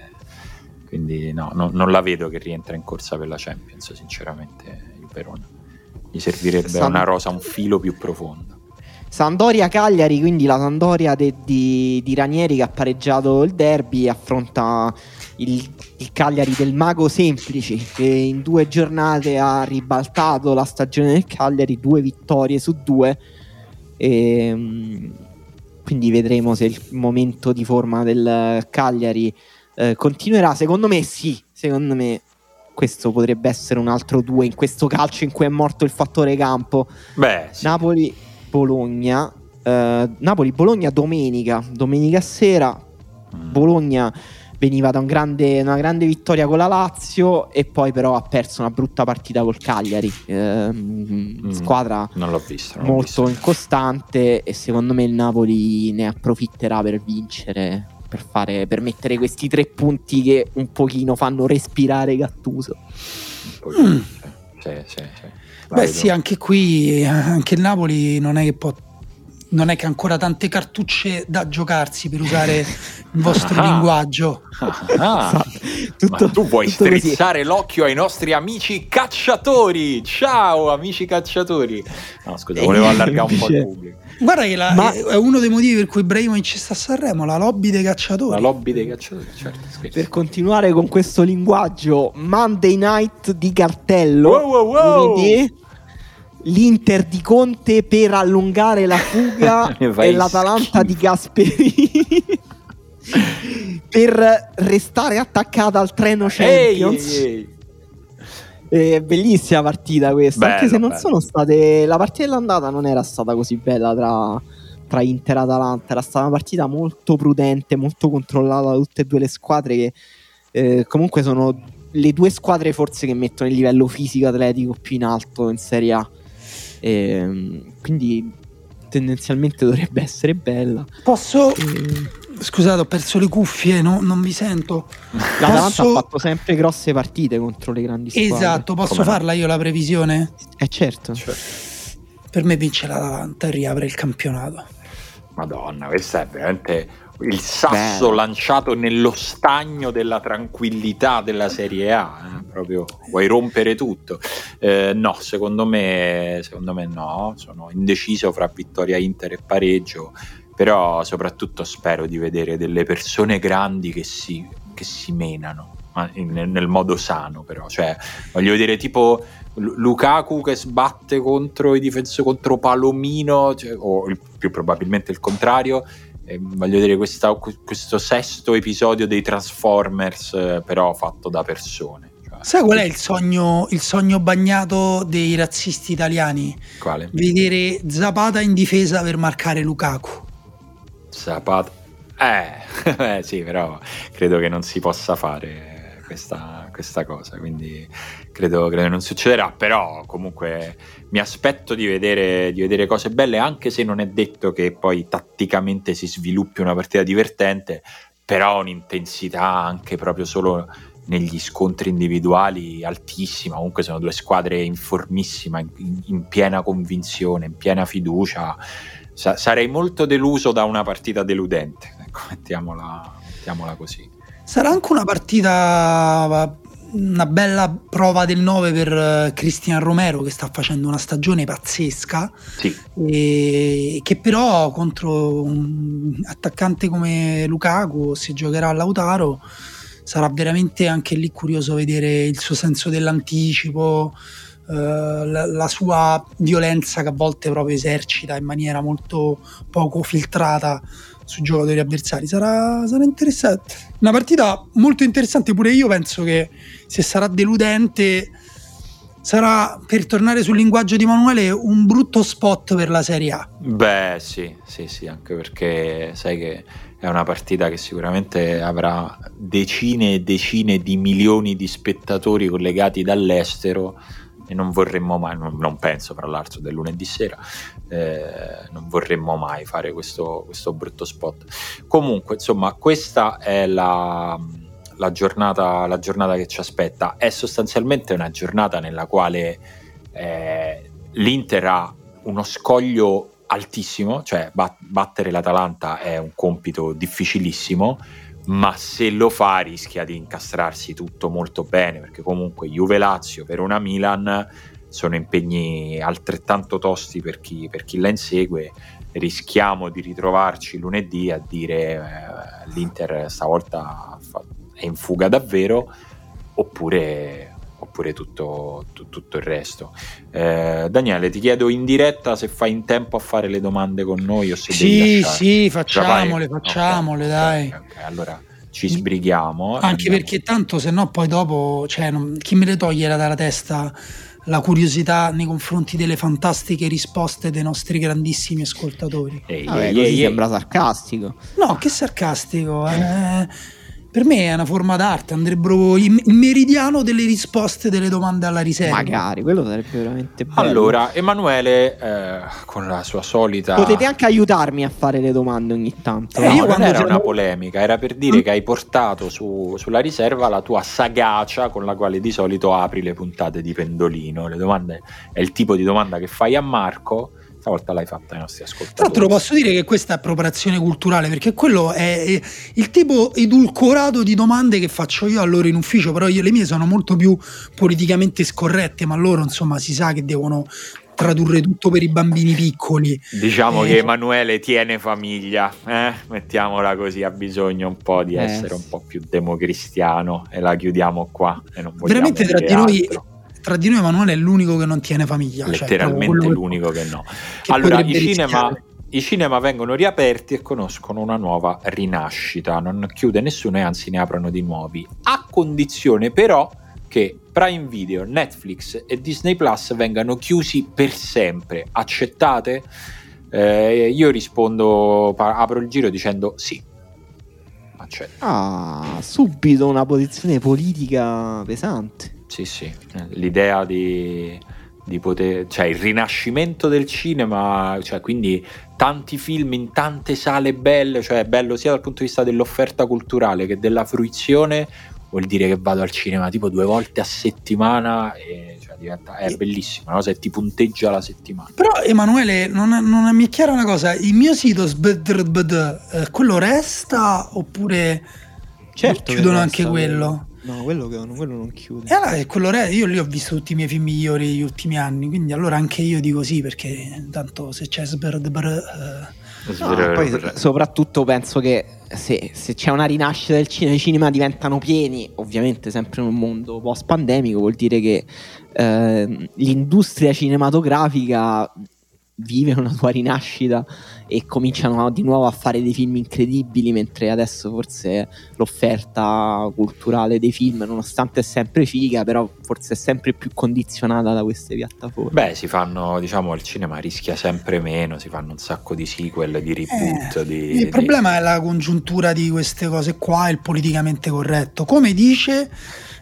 Quindi no, no, non la vedo che rientra in corsa per la Champions, sinceramente, il Verona. Gli servirebbe San... una rosa un filo più profonda. Sampdoria-Cagliari, quindi la Sampdoria de, di, di Ranieri che ha pareggiato il derby, affronta il, il Cagliari del mago Semplici, che in due giornate ha ribaltato la stagione del Cagliari, due vittorie su due. E, quindi vedremo se il momento di forma del Cagliari Eh, continuerà. Secondo me sì, secondo me questo potrebbe essere un altro due in questo calcio in cui è morto il fattore campo. Beh, sì. Napoli-Bologna eh, Napoli-Bologna domenica domenica sera. mm. Bologna veniva da un grande, una grande vittoria con la Lazio e poi però ha perso una brutta partita col Cagliari, eh, mm. squadra non l'ho visto, non molto l'ho visto. incostante, e secondo me il Napoli ne approfitterà per vincere, per fare per mettere questi tre punti che un pochino fanno respirare Gattuso. Un pochino, mm. sì, sì, sì. Beh sì, anche qui anche il Napoli non è che può, non è che ha ancora tante cartucce da giocarsi, per usare il vostro ah, linguaggio. Ah, tutto, ma tu vuoi strizzare così l'occhio ai nostri amici cacciatori? Ciao amici cacciatori. No, scusa, volevo allargare un po' il pubblico. Guarda che la, ma... è uno dei motivi per cui Ibrahimovic ci sta a Sanremo, la lobby dei cacciatori. La lobby dei cacciatori, certo. Scherzo. Per continuare con questo linguaggio, Monday Night di cartello. Wow, wow, wow. Lunedì, l'Inter di Conte per allungare la fuga e l'Atalanta schifo. di Gasperini per restare attaccata al treno Champions. Ehi, ehi, ehi. È bellissima partita questa, bello, anche se non bello. sono state, la partita dell'andata non era stata così bella tra, tra Inter e Atalanta, era stata una partita molto prudente, molto controllata da tutte e due le squadre, che eh, comunque sono le due squadre forse che mettono il livello fisico atletico più in alto in Serie A, e, quindi tendenzialmente dovrebbe essere bella. Posso... E... Scusate, ho perso le cuffie, no? Non vi sento. L'Atalanta posso... ha fatto sempre grosse partite contro le grandi squadre. Esatto, posso Come farla io la previsione? Eh certo. Cioè. Per me vince l'Atalanta e riapre il campionato. Madonna, questo è veramente il sasso Beh. lanciato nello stagno della tranquillità della Serie A, eh? Proprio vuoi rompere tutto. Eh, no, secondo me, secondo me no, sono indeciso fra vittoria Inter e pareggio. Però soprattutto spero di vedere delle persone grandi che si, che si menano nel, nel modo sano, però, cioè voglio vedere tipo Lukaku che sbatte contro i difensori, contro Palomino, cioè, o il, più probabilmente il contrario, E voglio dire, questa, questo sesto episodio dei Transformers, eh, però fatto da persone. Cioè, sai qual è il sogno, il sogno bagnato dei razzisti italiani? Quale? Vedere Zapata in difesa per marcare Lukaku. Zapata. Eh, eh sì, però credo che non si possa fare questa, questa cosa, quindi credo, credo che non succederà, però comunque mi aspetto di vedere, di vedere cose belle, anche se non è detto che poi tatticamente si sviluppi una partita divertente, però un'intensità anche proprio solo negli scontri individuali altissima. Comunque sono due squadre in formissima, in, in piena convinzione, in piena fiducia. Sa- sarei molto deluso da una partita deludente, ecco, mettiamola, mettiamola così. Sarà anche una partita, una bella prova del nove per Cristian Romero, che sta facendo una stagione pazzesca, sì. E che però contro un attaccante come Lukaku, se giocherà a Lautaro, sarà veramente anche lì curioso vedere il suo senso dell'anticipo, eh, la, la sua violenza che a volte proprio esercita in maniera molto poco filtrata sui giocatori avversari. Sarà, sarà interessante, una partita molto interessante. Pure io penso che se sarà deludente sarà, per tornare sul linguaggio di Emanuele, un brutto spot per la Serie A. Beh sì, sì, sì, anche perché sai che è una partita che sicuramente avrà decine e decine di milioni di spettatori collegati dall'estero, e non vorremmo mai, non, non penso fra l'altro del lunedì sera, eh, non vorremmo mai fare questo, questo brutto spot. Comunque insomma questa è la, la, giornata, la giornata che ci aspetta. È sostanzialmente una giornata nella quale eh, l'Inter ha uno scoglio altissimo, cioè bat- battere l'Atalanta è un compito difficilissimo, ma se lo fa rischia di incastrarsi tutto molto bene, perché comunque Juve-Lazio, Verona-Milan sono impegni altrettanto tosti per chi, per chi la insegue. Rischiamo di ritrovarci lunedì a dire eh, l'Inter stavolta è in fuga davvero, oppure, oppure tutto, tu, tutto il resto. eh, Daniele, ti chiedo in diretta se fai in tempo a fare le domande con noi o se sì, devi lasciare. Sì, facciamole, facciamole, okay, dai. Okay, okay, allora ci sbrighiamo. Anche andiamo. Perché tanto se no poi dopo, cioè, non, chi me le toglierà dalla testa la curiosità nei confronti delle fantastiche risposte dei nostri grandissimi ascoltatori. Ehi, Vabbè, ehi, ehi, sembra sarcastico. No, che sarcastico, eh. Per me è una forma d'arte, andrebbero il meridiano delle risposte delle domande alla riserva. Magari, quello sarebbe veramente bello. Allora, Emanuele, eh, con la sua solita... Potete anche aiutarmi a fare le domande ogni tanto. Eh, no, io non era siamo... una polemica, era per dire mm. che hai portato su, sulla riserva la tua sagacia con la quale di solito apri le puntate di Pendolino. Le domande è il tipo di domanda che fai a Marco. Stavolta l'hai fatta ai nostri ascoltatori. Tra l'altro lo posso dire che questa è appropriazione culturale, perché quello è, è il tipo edulcorato di domande che faccio io a loro in ufficio, però io le mie sono molto più politicamente scorrette, ma loro insomma si sa che devono tradurre tutto per i bambini piccoli. Diciamo eh, che Emanuele tiene famiglia, eh? Mettiamola così, ha bisogno un po' di eh. essere un po' più democristiano, e la chiudiamo qua. E non veramente tra di noi altro. Tra di noi Emanuele è l'unico che non tiene famiglia, letteralmente cioè, l'unico che, che no. Che allora i cinema, i cinema vengono riaperti e conoscono una nuova rinascita, non chiude nessuno e anzi ne aprono di nuovi, a condizione però che Prime Video, Netflix e Disney Plus vengano chiusi per sempre. Accettate? Eh, io rispondo, apro il giro dicendo sì. Accetto. Ah, subito una posizione politica pesante. Sì, sì, l'idea di, di poter, cioè il rinascimento del cinema, cioè quindi tanti film in tante sale belle, cioè bello sia dal punto di vista dell'offerta culturale che della fruizione, vuol dire che vado al cinema tipo due volte a settimana e cioè diventa, è bellissimo, no? Se ti punteggia la settimana. Però Emanuele, non, non mi è chiara una cosa, il mio sito sbdrbd, eh, quello resta oppure certo chiudono anche quello? No, quello, che, quello non chiude. E allora è quello re, io lì ho visto tutti i miei film migliori degli ultimi anni, quindi allora anche io dico sì, perché tanto se c'è sbrdbr, eh. no, poi soprattutto penso che se, se c'è una rinascita del cinema, i cinema diventano pieni, ovviamente sempre in un mondo post pandemico, vuol dire che eh, l'industria cinematografica vive una tua rinascita e cominciano di nuovo a fare dei film incredibili, mentre adesso forse l'offerta culturale dei film, nonostante è sempre figa, però forse è sempre più condizionata da queste piattaforme. Beh, si fanno, diciamo, il cinema rischia sempre meno, si fanno un sacco di sequel, di reboot. Eh, di, il di... problema è la congiuntura di queste cose qua, il politicamente corretto. Come dice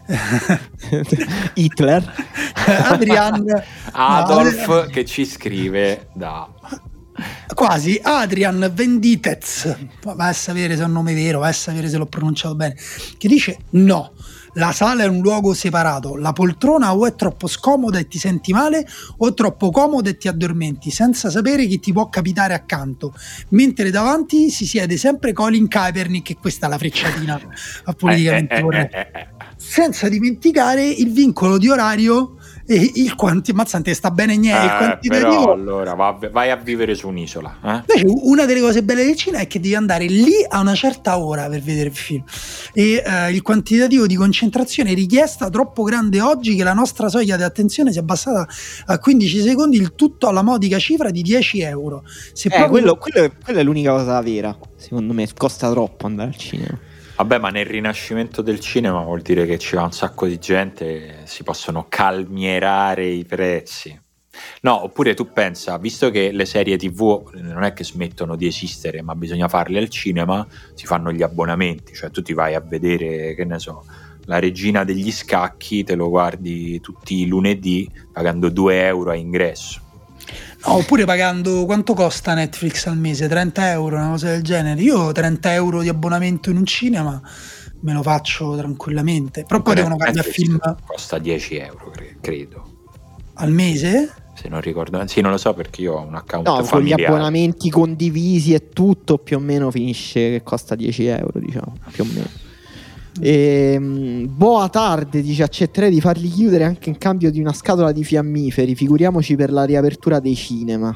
Hitler Adrian Adolf, no, che ci scrive da quasi Adrian Venditez, vai a sapere se è un nome vero, vai a sapere se l'ho pronunciato bene, che dice no, la sala è un luogo separato, la poltrona o è troppo scomoda e ti senti male o è troppo comoda e ti addormenti senza sapere chi ti può capitare accanto, mentre davanti si siede sempre Colin Kaepernick, e questa è la frecciatina a politicamente eh, eh, corretto, eh, eh, eh. senza dimenticare il vincolo di orario e il quanti mazzante sta bene niente, il Eh, quantitativo. però allora va- vai a vivere su un'isola, eh? Invece una delle cose belle del cinema è che devi andare lì a una certa ora per vedere il film, e eh, il quantitativo di concentrazione richiesta troppo grande oggi che la nostra soglia di attenzione si è abbassata a quindici secondi, il tutto alla modica cifra di dieci euro. Se eh, proprio... quello, quello è, quella è l'unica cosa vera, secondo me. Costa troppo andare al cinema. Vabbè, ma nel rinascimento del cinema vuol dire che ci va un sacco di gente, si possono calmierare i prezzi. No, oppure tu pensa, visto che le serie tivù non è che smettono di esistere, ma bisogna farle al cinema, si fanno gli abbonamenti, cioè tu ti vai a vedere, che ne so, La Regina degli Scacchi, te lo guardi tutti i lunedì pagando due euro a ingresso. No, oppure pagando, quanto costa Netflix al mese? trenta euro, una cosa del genere. Io trenta euro di abbonamento in un cinema me lo faccio tranquillamente, però poi devono cambiare film. Costa dieci euro, cre- credo. Al mese? Se non ricordo, sì, non lo so perché io ho un account No, familiare. con gli abbonamenti condivisi e tutto più o meno finisce che costa dieci euro, diciamo, più o meno. E, Boa Tarde dice: accetterei di farli chiudere anche in cambio di una scatola di fiammiferi, figuriamoci per la riapertura dei cinema.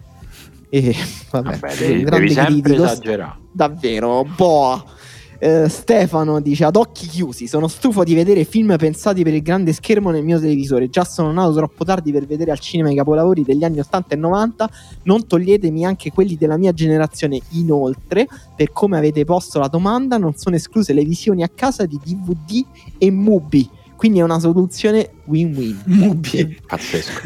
E vabbè, vabbè devi, devi sempre esagerare. Davvero, Boa. eh, Stefano dice: ad occhi chiusi, sono stufo di vedere film pensati per il grande schermo nel mio televisore. Già sono nato troppo tardi per vedere al cinema i capolavori degli anni ottanta e novanta. Non toglietemi anche quelli della mia generazione. Inoltre, per come avete posto la domanda, non sono escluse le visioni a casa di D V D e Mubi. Quindi è una soluzione win-win. Mubi. Pazzesco.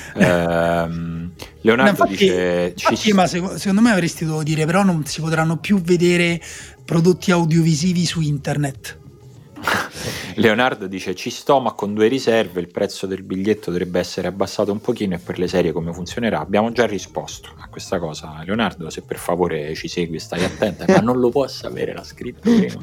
ehm, Leonardo infatti, dice infatti, ci... ma secondo, secondo me avresti dovuto dire, però non si potranno più vedere prodotti audiovisivi su internet. Leonardo dice: ci sto, ma con due riserve, il prezzo del biglietto dovrebbe essere abbassato un pochino, e per le serie come funzionerà? Abbiamo già risposto a questa cosa, Leonardo, se per favore ci segui, stai attento, ma non lo può sapere, l'ha scritto prima.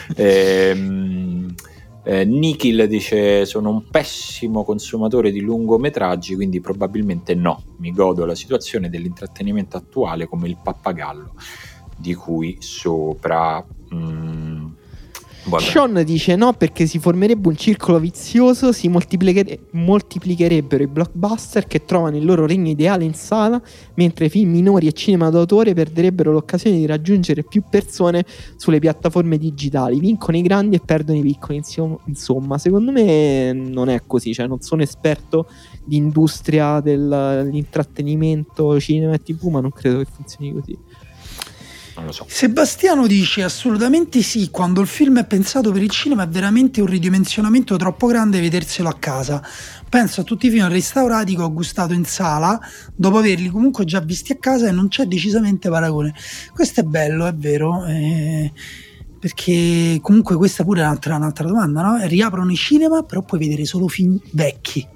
ehm, eh, Nikhil dice: sono un pessimo consumatore di lungometraggi, quindi probabilmente no, mi godo la situazione dell'intrattenimento attuale come il pappagallo di cui sopra. mm. Sean dice no, perché si formerebbe un circolo vizioso, si moltiplichere- moltiplicherebbero i blockbuster che trovano il loro regno ideale in sala, mentre film minori e cinema d'autore perderebbero l'occasione di raggiungere più persone sulle piattaforme digitali. Vincono i grandi e perdono i piccoli. Insomma, secondo me non è così, cioè non sono esperto di industria dell'intrattenimento, cinema e tv, ma non credo che funzioni così. Non lo so. Sebastiano dice assolutamente sì, quando il film è pensato per il cinema è veramente un ridimensionamento troppo grande vederselo a casa. Penso a tutti i film restaurati che ho gustato in sala dopo averli comunque già visti a casa, e non c'è decisamente paragone. Questo è bello, è vero, eh, perché comunque questa pure è un'altra, un'altra domanda, no? Riaprono i cinema, però puoi vedere solo film vecchi.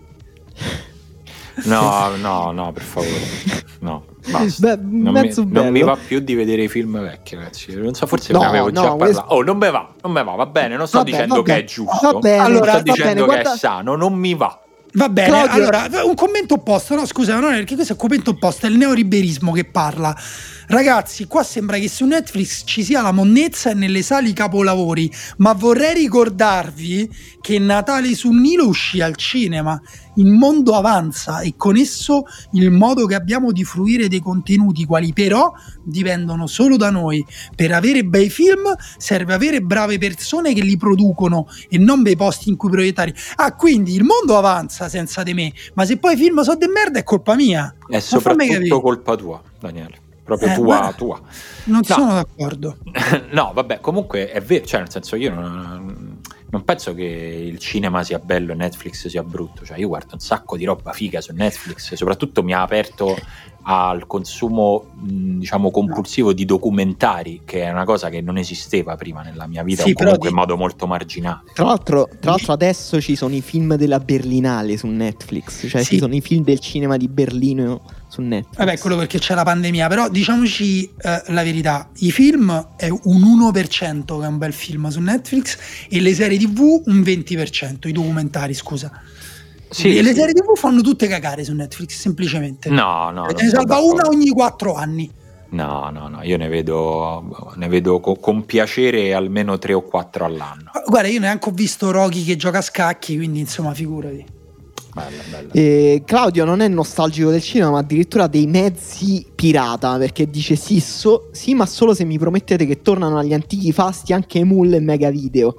No, no, no, per favore, no, basta. Beh, non, mi, non mi va più di vedere i film vecchi, ragazzi. Non so, forse no, ne avevo no, già parlato. questo... Oh, non me va, non me va, va bene. Non sto vabbè, dicendo vabbè, che è giusto. bene, allora, sto dicendo bene, che guarda... è sano, non mi va. Va bene, Claudio... allora un commento opposto, no scusa, non è perché questo è un commento opposto, è il neoliberismo che parla. Ragazzi, qua sembra che su Netflix ci sia la monnezza e nelle sale i capolavori, ma vorrei ricordarvi che Natale sul Nilo uscì al cinema il mondo avanza e con esso il modo che abbiamo di fruire dei contenuti, quali però dipendono solo da noi. Per avere bei film serve avere brave persone che li producono e non bei posti in cui proiettare. Ah, quindi il mondo avanza senza di me, ma se poi i film sono de merda è colpa mia. È soprattutto colpa tua, Daniele. Proprio Eh, tua, guarda, tua. Non No. sono d'accordo. No, vabbè, comunque è vero, cioè nel senso io non, non penso che il cinema sia bello e Netflix sia brutto, cioè io guardo un sacco di roba figa su Netflix, soprattutto mi ha aperto al consumo mh, diciamo compulsivo di documentari, che è una cosa che non esisteva prima nella mia vita, Sì, o comunque però in modo molto marginale. Tra l'altro, tra l'altro adesso ci sono i film della Berlinale su Netflix, cioè Sì. ci sono i film del cinema di Berlino su Netflix. Vabbè, quello perché c'è la pandemia, però diciamoci eh, la verità, i film è un uno per cento che è un bel film su Netflix e le serie tv un venti per cento, i documentari, scusa. Sì, e le sì. serie tv fanno tutte cagare su Netflix, semplicemente. No, no, non ne sono salva d'accordo. una ogni quattro anni. No, no, no, io ne vedo, ne vedo co- con piacere almeno tre o quattro all'anno. Guarda, io neanche ho visto Rocky che gioca a scacchi, quindi insomma figurati. Bella, bella. E Claudio non è nostalgico del cinema, ma addirittura dei mezzi pirata, perché dice sì, so- sì, ma solo se mi promettete che tornano agli antichi fasti anche Emul e Mega Video.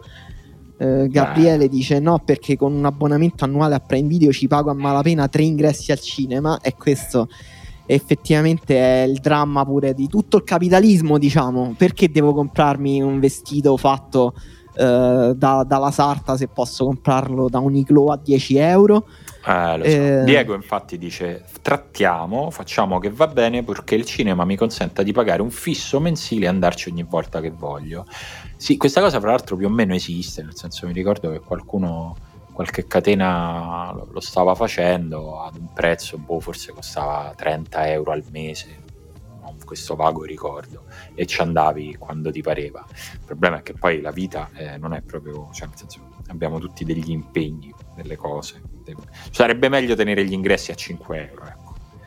Eh, Gabriele dice no, perché con un abbonamento annuale a Prime Video ci pago a malapena tre ingressi al cinema, e questo effettivamente è il dramma pure di tutto il capitalismo, diciamo. Perché devo comprarmi un vestito fatto eh, da, dalla sarta se posso comprarlo da Uniqlo a dieci euro? Eh, lo so. Eh. Diego infatti dice trattiamo, facciamo che va bene purché il cinema mi consenta di pagare un fisso mensile e andarci ogni volta che voglio. Sì, questa cosa fra l'altro più o meno esiste, nel senso mi ricordo che qualcuno, qualche catena lo, lo stava facendo ad un prezzo, boh, forse costava trenta euro al mese, ho questo vago ricordo, e ci andavi quando ti pareva. Il problema è che poi la vita eh, non è proprio, cioè nel senso abbiamo tutti degli impegni, delle cose. Sarebbe meglio tenere gli ingressi a cinque euro, ecco.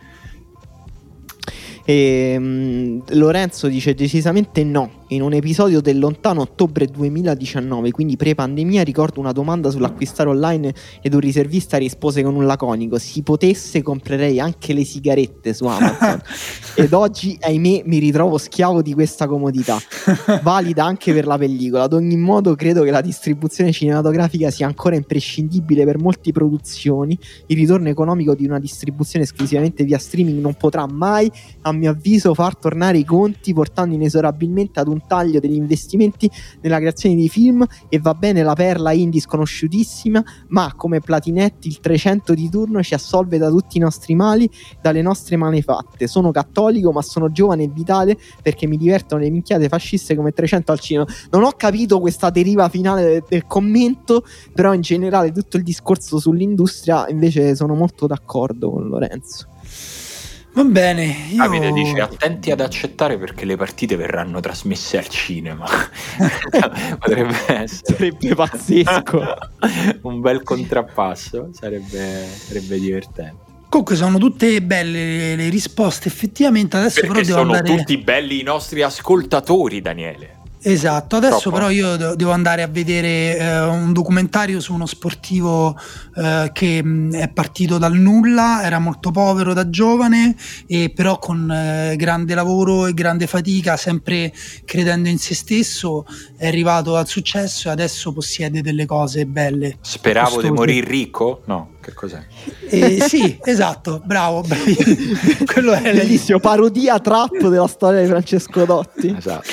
E, mh, Lorenzo dice decisamente no. In un episodio del lontano ottobre duemiladiciannove, quindi pre-pandemia, ricordo una domanda sull'acquistare online ed un riservista rispose con un laconico: si potesse comprerei anche le sigarette su Amazon. Ed oggi, ahimè, mi ritrovo schiavo di questa comodità, valida anche per la pellicola. Ad ogni modo, credo che la distribuzione cinematografica sia ancora imprescindibile per molte produzioni. Il ritorno economico di una distribuzione esclusivamente via streaming non potrà mai, a mio avviso, far tornare i conti, portando inesorabilmente ad un taglio degli investimenti nella creazione di film. E va bene la perla indie sconosciutissima, ma come Platinetti il trecento di turno ci assolve da tutti i nostri mali, dalle nostre malefatte. Sono cattolico, ma sono giovane e vitale perché mi divertono le minchiate fasciste come trecento al cinema. Non ho capito questa deriva finale del, del commento, però in generale tutto il discorso sull'industria invece sono molto d'accordo con Lorenzo. Va bene, io... Davide dice attenti ad accettare perché le partite verranno trasmesse al cinema. Potrebbe essere Sarebbe pazzesco. un bel contrappasso, sarebbe, sarebbe divertente. Comunque sono tutte belle le, le risposte, effettivamente. Adesso Perché però devo sono andare... tutti belli i nostri ascoltatori, Daniele. Esatto, adesso Troppo. però io de- devo andare a vedere eh, un documentario su uno sportivo eh, che mh, è partito dal nulla, era molto povero da giovane, e però con eh, grande lavoro e grande fatica, sempre credendo in se stesso, è arrivato al successo e adesso possiede delle cose belle. Speravo di costose. morir ricco? No, che cos'è? Eh, sì, esatto, bravo, bravi. Quello è Bellissimo, parodia trap della storia di Francesco Dotti. Esatto.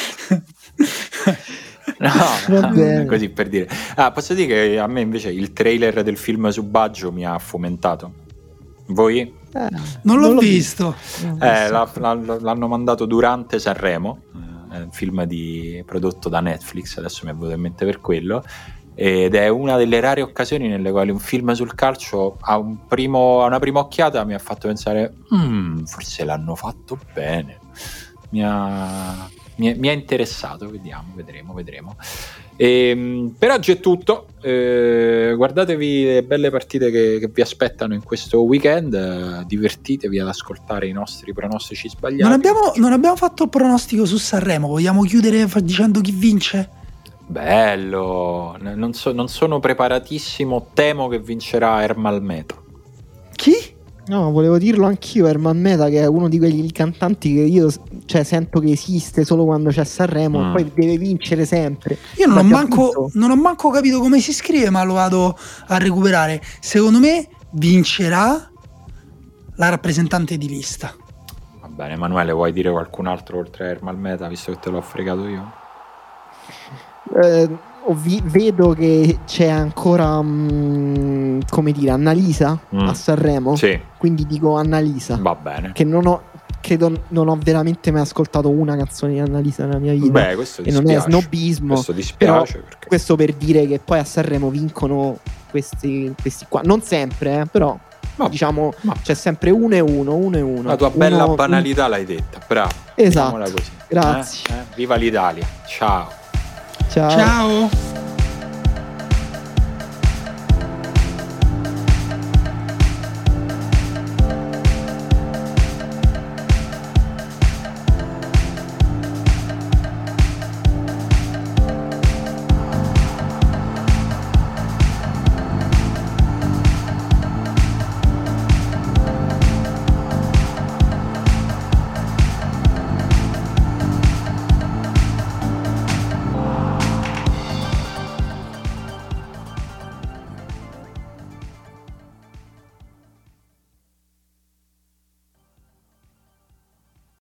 No, Va bene. così per dire. Ah, posso dire che a me invece il trailer del film su Baggio mi ha fomentato. Voi? Eh, Non l'ho l'ho visto. Eh, la- la- l'hanno mandato durante Sanremo, eh, è un film di, prodotto da Netflix, adesso mi è venuto in mente per quello, ed è una delle rare occasioni nelle quali un film sul calcio a, un primo, a una prima occhiata mi ha fatto pensare "Mm, forse l'hanno fatto bene". Mi ha, mi è, mi è interessato, vediamo, vedremo, vedremo. E, per oggi è tutto. Eh, guardatevi le belle partite che, che vi aspettano in questo weekend, eh, divertitevi ad ascoltare i nostri pronostici sbagliati. Non abbiamo, non abbiamo fatto il pronostico su Sanremo, vogliamo chiudere fa- dicendo chi vince? Bello, N- non, so- non sono preparatissimo, temo che vincerà Ermal Meto. No, volevo dirlo anch'io, Herman Meta, che è uno di quegli cantanti che io, cioè, sento che esiste solo quando c'è Sanremo, Mm. e poi deve vincere sempre. Io non ho, L'abbiamo manco, visto. non ho manco capito come si scrive, ma lo vado a recuperare. Secondo me vincerà la rappresentante di lista. Va bene, Emanuele, vuoi dire qualcun altro oltre a Ermal Meta, visto che te l'ho fregato io? Eh, ho vi- vedo che c'è ancora, mm, come dire, Annalisa Mm. a Sanremo. Sì, Quindi dico Annalisa, va bene. che non ho, credo non ho veramente mai ascoltato una canzone di Annalisa nella mia vita. Beh, questo E non è dispiace. snobismo, Questo dispiace perché... questo per dire che poi a Sanremo vincono questi, questi qua, non sempre, eh, però Vabbè, diciamo vabbè. c'è sempre uno e uno, uno e uno. La tua bella Uno- banalità l'hai detta, bravo. Esatto. Diciamola così. Grazie. Eh? Eh? Viva l'Italia, ciao. Ciao. Ciao.